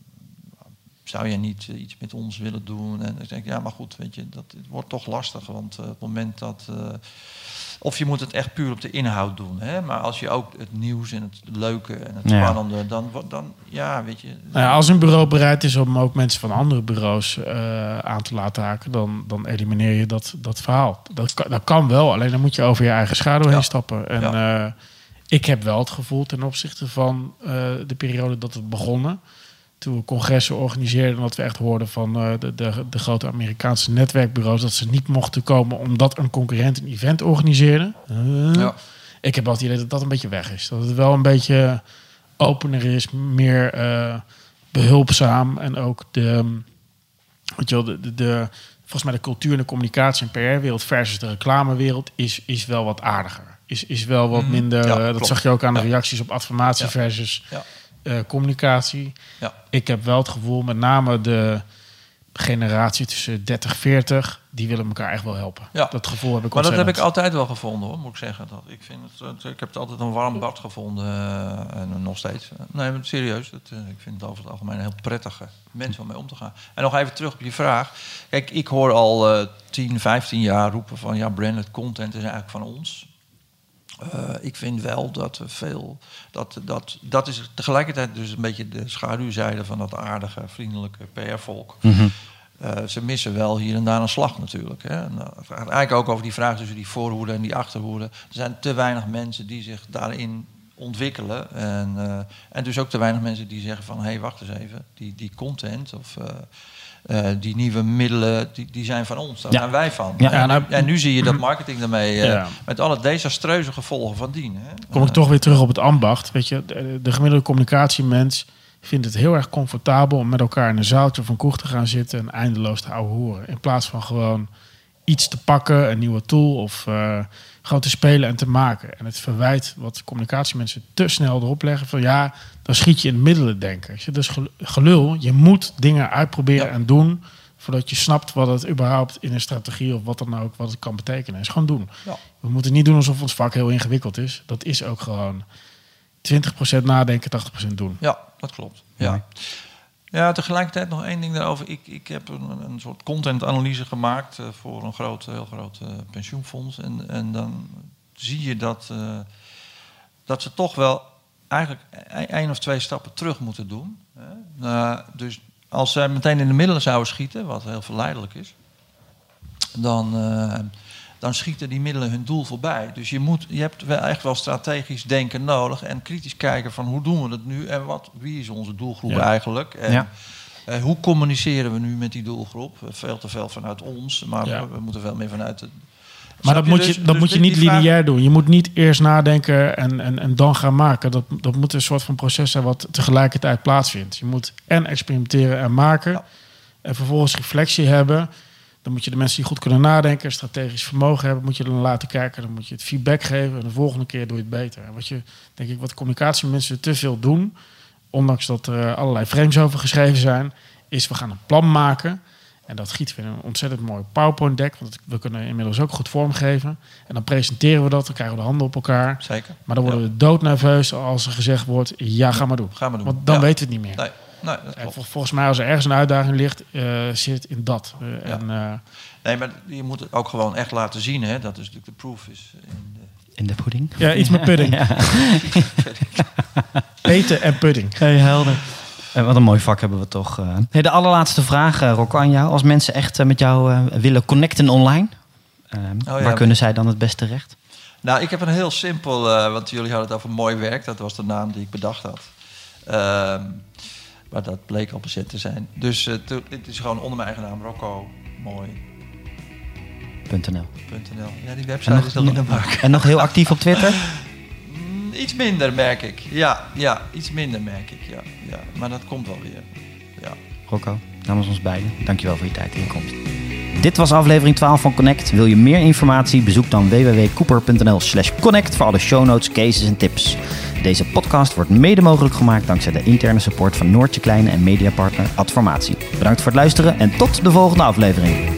zou jij niet uh, iets met ons willen doen? En ik denk, ja, maar goed, weet je, dat het wordt toch lastig. Want uh, op het moment dat... Uh, of je moet het echt puur op de inhoud doen. Hè? Maar als je ook het nieuws en het leuke en het ja. spannende... Dan, dan, ja, weet je... Nou ja, als een bureau bereid is om ook mensen van andere bureaus uh, aan te laten haken... dan, dan elimineer je dat, dat verhaal. Dat kan, dat kan wel, alleen dan moet je over je eigen schaduw ja. heen stappen. En ja. uh, ik heb wel het gevoel ten opzichte van uh, de periode dat het begonnen... toen we congressen organiseerden en dat we echt hoorden van uh, de, de, de grote Amerikaanse netwerkbureaus... dat ze niet mochten komen omdat een concurrent een event organiseerde. Uh, ja. Ik heb altijd het idee dat dat een beetje weg is. Dat het wel een beetje opener is, meer uh, behulpzaam. En ook de, weet je wel, de, de, de, volgens mij de cultuur en de communicatie en P R-wereld... versus de reclamewereld is, is wel wat aardiger. Is, is wel wat minder... Ja, uh, dat klopt. Zag je ook aan de ja. reacties op affirmatie ja. versus... Ja. Uh, communicatie. Ja. Ik heb wel het gevoel, met name de generatie tussen dertig, veertig, die willen elkaar echt wel helpen. Ja. Dat gevoel heb ik Maar ontzettend. dat heb ik altijd wel gevonden, hoor, moet ik zeggen. Dat, ik, vind het, ik heb het altijd een warm bad gevonden. Uh, en nog steeds. Nee, maar serieus. Dat, uh, ik vind het over het algemeen een heel prettige mensen om mee om te gaan. En nog even terug op je vraag. Kijk, ik hoor al uh, tien, vijftien jaar roepen van... ja, branded content is eigenlijk van ons... Uh, ik vind wel dat we veel... Dat, dat, dat is tegelijkertijd dus een beetje de schaduwzijde... van dat aardige, vriendelijke P R-volk. Mm-hmm. Uh, ze missen wel hier en daar een slag natuurlijk. Hè. En, uh, het gaat eigenlijk ook over die vraag tussen die voorhoede en die achterhoede. Er zijn te weinig mensen die zich daarin ontwikkelen. En, uh, en dus ook te weinig mensen die zeggen van... hé, hey, wacht eens even, die, die content of... Uh, Uh, die nieuwe middelen, die, die zijn van ons. Daar ja. zijn wij van. Ja. En, nou, en nu zie je dat marketing daarmee... Uh, ja. met alle desastreuze gevolgen van dien. Hè. Kom ik uh, toch weer terug op het ambacht. Weet je, de, de gemiddelde communicatiemens vindt het heel erg comfortabel... om met elkaar in een zaaltje of een kroeg te gaan zitten... en eindeloos te ouwehoeren. In plaats van gewoon iets te pakken, een nieuwe tool... of uh, gewoon te spelen en te maken. En het verwijt wat communicatiemensen te snel erop leggen... van ja, dan schiet je in middelen denken. Dat is gelul. Je moet dingen uitproberen ja. en doen... voordat je snapt wat het überhaupt in een strategie... of wat dan ook, wat het kan betekenen. Is gewoon doen. Ja. We moeten niet doen alsof ons vak heel ingewikkeld is. Dat is ook gewoon twintig procent nadenken, tachtig procent doen. Ja, dat klopt. Ja. Ja. Ja, tegelijkertijd nog één ding daarover. Ik, ik heb een, een soort contentanalyse gemaakt... Uh, voor een groot, heel groot uh, pensioenfonds. En, en dan zie je dat, uh, dat ze toch wel... eigenlijk één of twee stappen terug moeten doen. Hè. Uh, dus als zij meteen in de middelen zouden schieten... wat heel verleidelijk is... dan, uh, dan schieten die middelen hun doel voorbij. Dus je, moet, je hebt wel echt wel strategisch denken nodig... en kritisch kijken van hoe doen we het nu... en wat, wie is onze doelgroep ja. eigenlijk... En, ja. Uh, hoe communiceren we nu met die doelgroep? Veel te veel vanuit ons, maar ja. we, we moeten veel meer vanuit... de. Maar dat moet je, dus, dat dus moet je niet lineair doen. Je moet niet eerst nadenken en, en, en dan gaan maken. Dat, dat moet een soort van proces zijn wat tegelijkertijd plaatsvindt. Je moet en experimenteren en maken. Ja. En vervolgens reflectie hebben. Dan moet je de mensen die goed kunnen nadenken... strategisch vermogen hebben, moet je dan laten kijken. Dan moet je het feedback geven en de volgende keer doe je het beter. En wat je, denk ik, wat communicatiemensen te veel doen... ondanks dat er allerlei frames over geschreven zijn... is we gaan een plan maken... En dat gieten we in een ontzettend mooi PowerPoint-deck. Want we kunnen inmiddels ook goed vormgeven. En dan presenteren we dat, dan krijgen we de handen op elkaar. Zeker. Maar dan worden ja. we doodnerveus als er gezegd wordt... ja, ga maar doen. Ga maar doen. Want dan ja. weten we het niet meer. Nee. Nee, dat en vol, volgens mij als er ergens een uitdaging ligt, uh, zit in dat. Uh, ja. en, uh, nee, maar je moet het ook gewoon echt laten zien. Hè? Dat is natuurlijk de proof is in de... In de pudding? Ja, iets met pudding. Ja. Eten en pudding. Hey, helder. Wat een mooi vak hebben we toch. Uh. Hey, de allerlaatste vraag, uh, Rocco, aan jou. Als mensen echt uh, met jou uh, willen connecten online, uh, oh, ja, waar kunnen zij dan het beste terecht? Nou, ik heb een heel simpel, uh, want jullie hadden het over mooi werk. Dat was de naam die ik bedacht had. Uh, maar dat bleek al bezet te zijn. Dus uh, to, het is gewoon onder mijn eigen naam, Rocco Mooi. .nl. Ja, die website nog, is nog in de maak. En nog heel actief op Twitter? Iets minder, merk ik. Ja, ja, iets minder, merk ik. Ja, ja. Maar dat komt wel weer. Ja. Rocco, namens ons beiden, dankjewel voor je tijd en je komst. Dit was aflevering twaalf van Connect. Wil je meer informatie? Bezoek dan w w w punt cooper punt n l slash connect voor alle show notes, cases en tips. Deze podcast wordt mede mogelijk gemaakt dankzij de interne support van Noortje Kleine en mediapartner Adformatie. Bedankt voor het luisteren en tot de volgende aflevering.